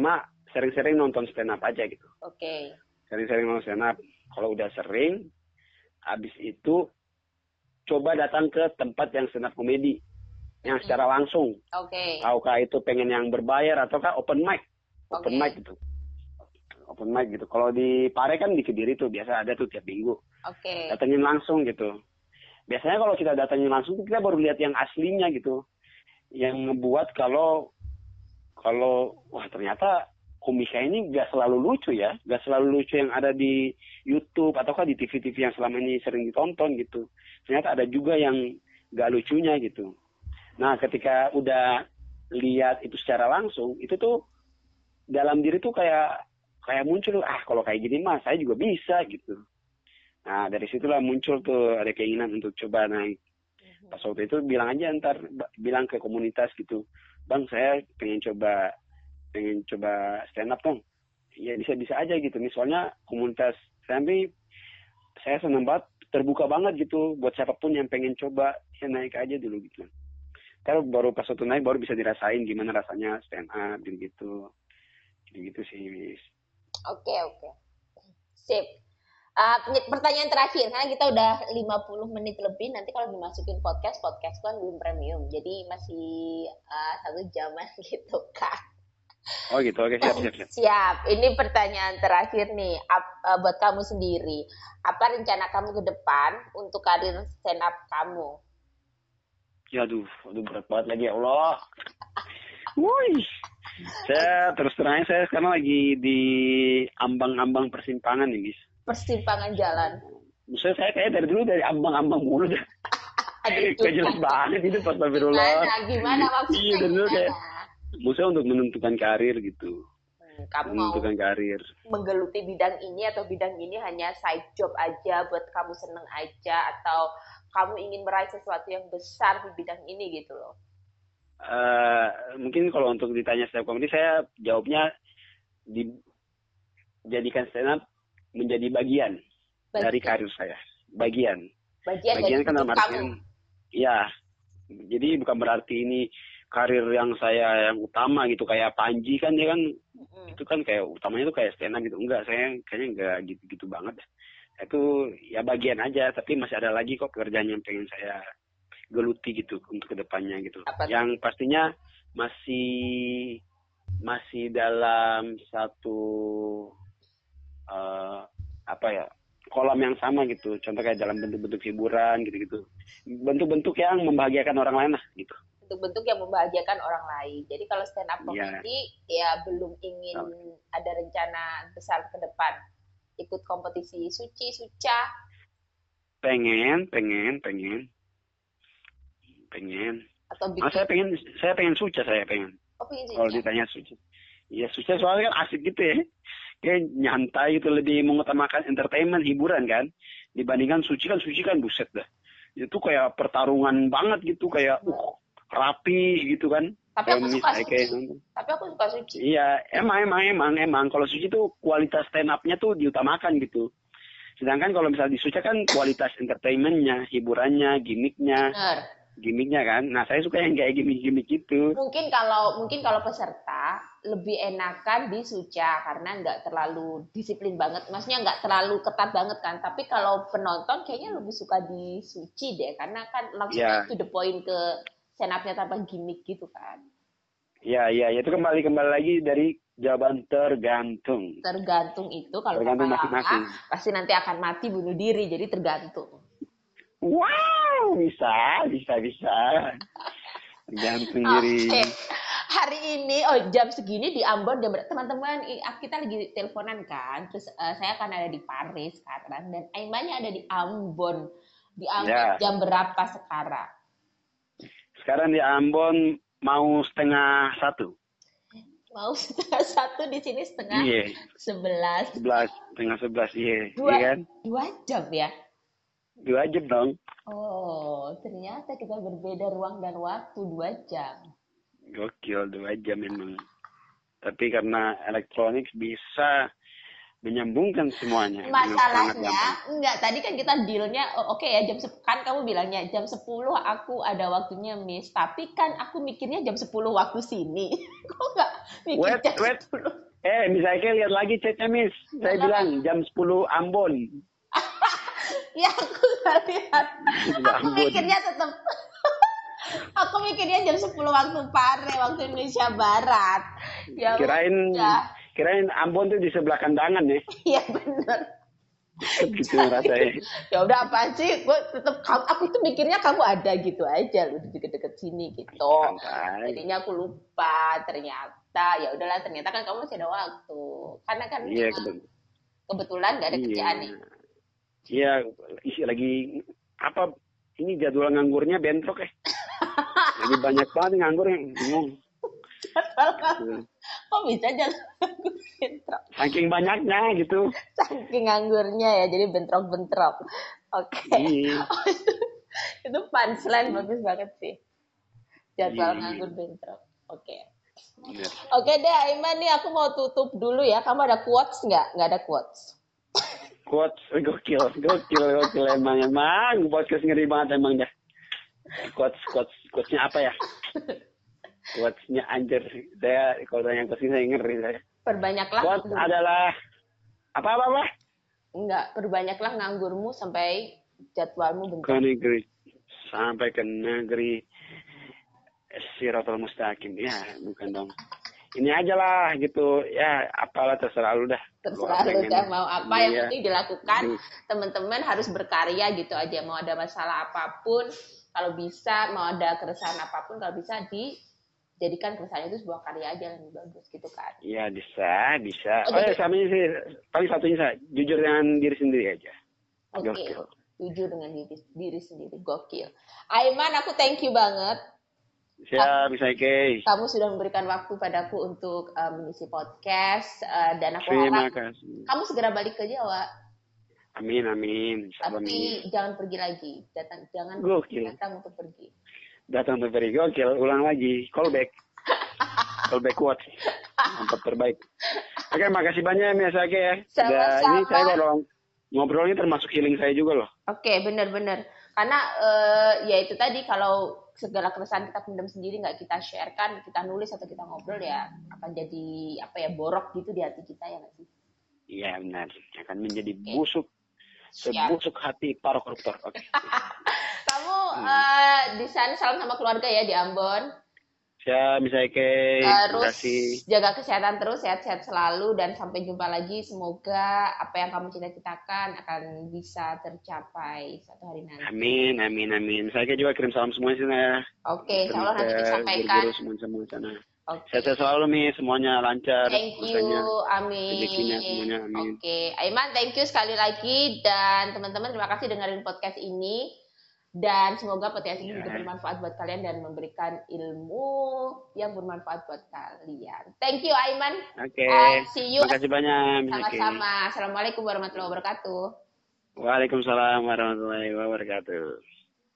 sering-sering nonton stand up aja gitu. Oke. Okay. Sering-sering nonton stand up. Kalau udah sering, habis itu coba datang ke tempat yang stand up komedi yang secara langsung. Oke. Okay. Tahukah itu pengen yang berbayar ataukah open mic? Open okay. mic gitu. Open mic gitu. Kalau di Pare kan di Kediri tuh biasa ada tuh tiap minggu. Oke. Okay. Datengin langsung gitu. Biasanya kalau kita datengin langsung kita baru lihat yang aslinya gitu. Yang ngebuat kalau kalau wah ternyata komika ini gak selalu lucu ya, gak selalu lucu yang ada di YouTube ataukah di T V-T V yang selama ini sering ditonton gitu. Ternyata ada juga yang gak lucunya gitu. Nah, ketika udah lihat itu secara langsung, itu tuh dalam diri tuh kayak kayak muncul, ah kalau kayak gini mah saya juga bisa gitu. Nah, dari situlah muncul tuh ada keinginan untuk coba naik. Pas waktu itu bilang aja ntar, bilang ke komunitas gitu, Bang saya pengen coba pengen coba stand up dong. Ya bisa-bisa aja gitu. Misalnya komunitas sampai saya senang banget, terbuka banget gitu buat siapapun yang pengen coba, ya naik aja dulu gitu. Kalau baru pas waktu naik baru bisa dirasain gimana rasanya stand up gitu. Gitu sih, Miss. Oke, oke. Sip. Uh, pertanyaan terakhir, karena kita udah lima puluh menit lebih, nanti kalau dimasukin podcast, podcast kan belum premium. Jadi masih uh, satu jaman gitu kan. Oh gitu, oke siap, siap, siap. Siap, ini pertanyaan terakhir nih, ap, uh, buat kamu sendiri. Apa rencana kamu ke depan untuk karir stand up kamu? Ya aduh, aduh berat banget lagi ya Allah. Wih, saya terus terang saya sekarang lagi di ambang-ambang persimpangan nih, guys. Persimpangan jalan. Maksudnya saya kayak dari dulu dari ambang-ambang mulu dah. Kayak jelas banget itu pas Astagfirullah. Gimana, gimana maksudnya? Iya, dari dulu kayak maksudnya untuk menentukan karir gitu. Hmm, kamu menentukan mau karir. Menggeluti bidang ini atau bidang ini hanya side job aja buat kamu seneng aja, atau kamu ingin meraih sesuatu yang besar di bidang ini gitu loh? Uh, mungkin kalau untuk ditanya stand up comedy saya jawabnya dijadikan stand up menjadi bagian, bagian dari karir saya. Bagian. Bagian, bagian dari kan kamu. artian, ya. Jadi bukan berarti ini karir yang saya yang utama gitu kayak Panji kan dia kan mm-hmm. itu kan kayak utamanya itu kayak stand up gitu. Enggak, saya kayaknya enggak gitu-gitu banget. Itu ya bagian aja, tapi masih ada lagi kok pekerjaan yang pengen saya geluti gitu untuk kedepannya gitu. Apa? Yang pastinya masih masih dalam satu uh, apa ya kolam yang sama gitu. Contoh kayak dalam bentuk-bentuk hiburan gitu-gitu. Bentuk-bentuk yang membahagiakan orang lain lah gitu. Bentuk-bentuk yang membahagiakan orang lain. Jadi kalau stand up comedy ya, ya belum ingin oh. ada rencana besar ke depan. Ikut kompetisi suci, suca. Pengen, pengen, pengen. Pengen. Atau bikin... oh, saya pengen saya pengen suca saya pengen. Oh, pengen suca. Kalau ditanya suca. Ya suca soalnya kan asik gitu ya. Kayak nyantai itu lebih mengutamakan entertainment, hiburan kan. Dibandingkan suci kan suci kan buset dah. Itu kayak pertarungan banget gitu kayak uh rapi gitu kan. Tapi aku suka suci. Kayak, Tapi aku suka suci. Iya, emang emang emang emang kalau suci tuh kualitas stand up-nya tuh diutamakan gitu. Sedangkan kalau misalnya di suci kan kualitas entertainment-nya, hiburannya, gimmick-nya. Benar. Gimmicknya kan. Nah, saya suka yang kayak gimmick-gimmick gitu. Mungkin kalau mungkin kalau peserta lebih enakan di Suca karena nggak terlalu disiplin banget. Maksudnya nggak terlalu ketat banget kan. Tapi kalau penonton kayaknya lebih suka di Suci deh, karena kan langsung yeah. to the point ke stand up-nya tanpa gimmick gitu kan. Iya, iya, itu kembali kembali lagi dari jawaban tergantung. Tergantung itu kalau tergantung masing-masing. Pasti nanti akan mati bunuh diri, jadi tergantung. Wow, bisa, bisa, bisa. Tergantung diri. Oke. Hari ini, oh jam segini di Ambon, jam teman-teman kita lagi teleponan kan, terus uh, saya akan ada di Paris sekarang dan Aimannya ada di Ambon. Di Ambon ya. Jam berapa sekarang? Sekarang di Ambon mau setengah satu. Mau setengah satu, di sini setengah yeah. sebelas. Sebelas, setengah sebelas, iya. Dua, iya kan? Dua jam ya? Dua jam dong. Oh, ternyata kita berbeda ruang dan waktu dua jam. Gokil, dua jam memang. Tapi karena elektronik bisa menyambungkan semuanya. Masalahnya, enggak, tadi kan kita dealnya, oh, oke okay ya, jam kan kamu bilangnya jam sepuluh aku ada waktunya Miss, tapi kan aku mikirnya jam sepuluh waktu sini. Kok enggak mikir wait, jam wait. sepuluh? Eh, misalnya lihat lagi chatnya, Miss. Saya Kenapa? bilang jam sepuluh Ambon. Ya aku nggak lihat. Aku Ambon. mikirnya tetap. Aku mikirnya jam sepuluh waktu Pare, waktu Indonesia Barat. Ya Kirain udah. kirain Ambon tuh di sebelah kandangan ya. Iya benar. Gitu rasanya. Ya udah apa sih? Gue tetap aku tuh mikirnya kamu ada gitu aja lu di deket-deket sini gitu. Santai. Jadinya aku lupa ternyata. Ya udahlah ternyata kan kamu masih ada waktu. Karena kan Iya, memang kebetulan. kebetulan nggak ada Iya. kerjaan nih. Iya, isi lagi apa? Ini jadwal nganggurnya bentrok ya. Lagi banyak banget nganggur yang bingung. Kok bisa jalan nganggur bentrok? Saking banyaknya gitu. Saking nganggurnya ya, jadi bentrok-bentrok. Oke. Iya. Itu punchline bagus banget sih. Jadwal Iya. nganggur bentrok. Oke. Bener. Oke deh, Aiman nih aku mau tutup dulu ya. Kamu ada quotes nggak? Nggak ada quotes. Quotes, gokil, gokil, gokil emang, emang. Podcast ngeri banget emang dah. Quotes, quotes, quotesnya apa ya? Quotesnya anjir. Saya, kalau yang kesini saya ngeri saya. Perbanyaklah. Quotes nganggur. adalah, apa-apa, apa? Enggak, perbanyaklah nganggurmu sampai jadwalmu Ke bentrok. negeri. Sampai ke negeri Siratul Mustaqim. Ya, bukan dong. Ini aja lah gitu. Ya, apalah terserah lu dah. Terserah lu dah mau apa yang Iya. penting dilakukan. Iya. Teman-teman harus berkarya gitu aja. Mau ada masalah apapun, kalau bisa, mau ada keresahan apapun, kalau bisa dijadikan keresahan itu sebuah karya aja yang lebih bagus gitu kan. Iya, bisa, bisa. Oh, Oh, jadi- ya, sama ini sih. Paling satunya saya, jujur dengan diri sendiri aja. Oke, Gokil. jujur dengan diri, diri sendiri, gokil. Aiman, aku thank you banget. Siap, bisa Kay. Kamu sudah memberikan waktu padaku untuk uh, mengisi podcast uh, dan aku Terima harap kasih. kamu segera balik ke Jawa. Amin, amin. Sabar, amin. Tapi jangan pergi lagi. Datang, jangan Gokil. datang untuk pergi. Datang ke Ferry, gokil. Ulang lagi. Callback. Callback quotes. Mantap terbaik. Oke, makasih banyak Mas Ake ya. Sama-sama. Udah, ini saya kalau ngobrolnya termasuk healing saya juga loh. Oke, benar-benar. Karena uh, ya itu tadi kalau segala keresahan kita pendam sendiri nggak kita sharekan, kita nulis atau kita ngobrol ya akan jadi apa ya borok gitu di hati kita ya nggak sih? Iya benar. Akan menjadi busuk. Siap. Sebusuk hati para koruptor. Oke. Kamu uh, di sana salam sama keluarga ya di Ambon. Siap, bisa Kay. Terus Terima kasih. jaga kesehatan terus, sehat-sehat selalu dan sampai jumpa lagi. Semoga apa yang kamu cita-citakan akan bisa tercapai suatu hari nanti. Amin, amin, amin. Saya juga kirim salam semuanya sana ya. Oke, insya Allah nanti Ke disampaikan. guru-guru semua semua sana. Oke. Sehat-sehat selalu nih, semuanya lancar. Thank you, Usahanya, amin. rezekinya semuanya, amin. Oke, Aiman, thank you sekali lagi dan teman-teman terima kasih dengerin podcast ini dan semoga podcast ini Ya. juga bermanfaat buat kalian dan memberikan ilmu yang bermanfaat buat kalian. Thank you, Aiman. Oke. Uh, see you. Terima kasih banyak. Miss Ake. Sama-sama. Assalamualaikum warahmatullahi wabarakatuh. Waalaikumsalam warahmatullahi wabarakatuh.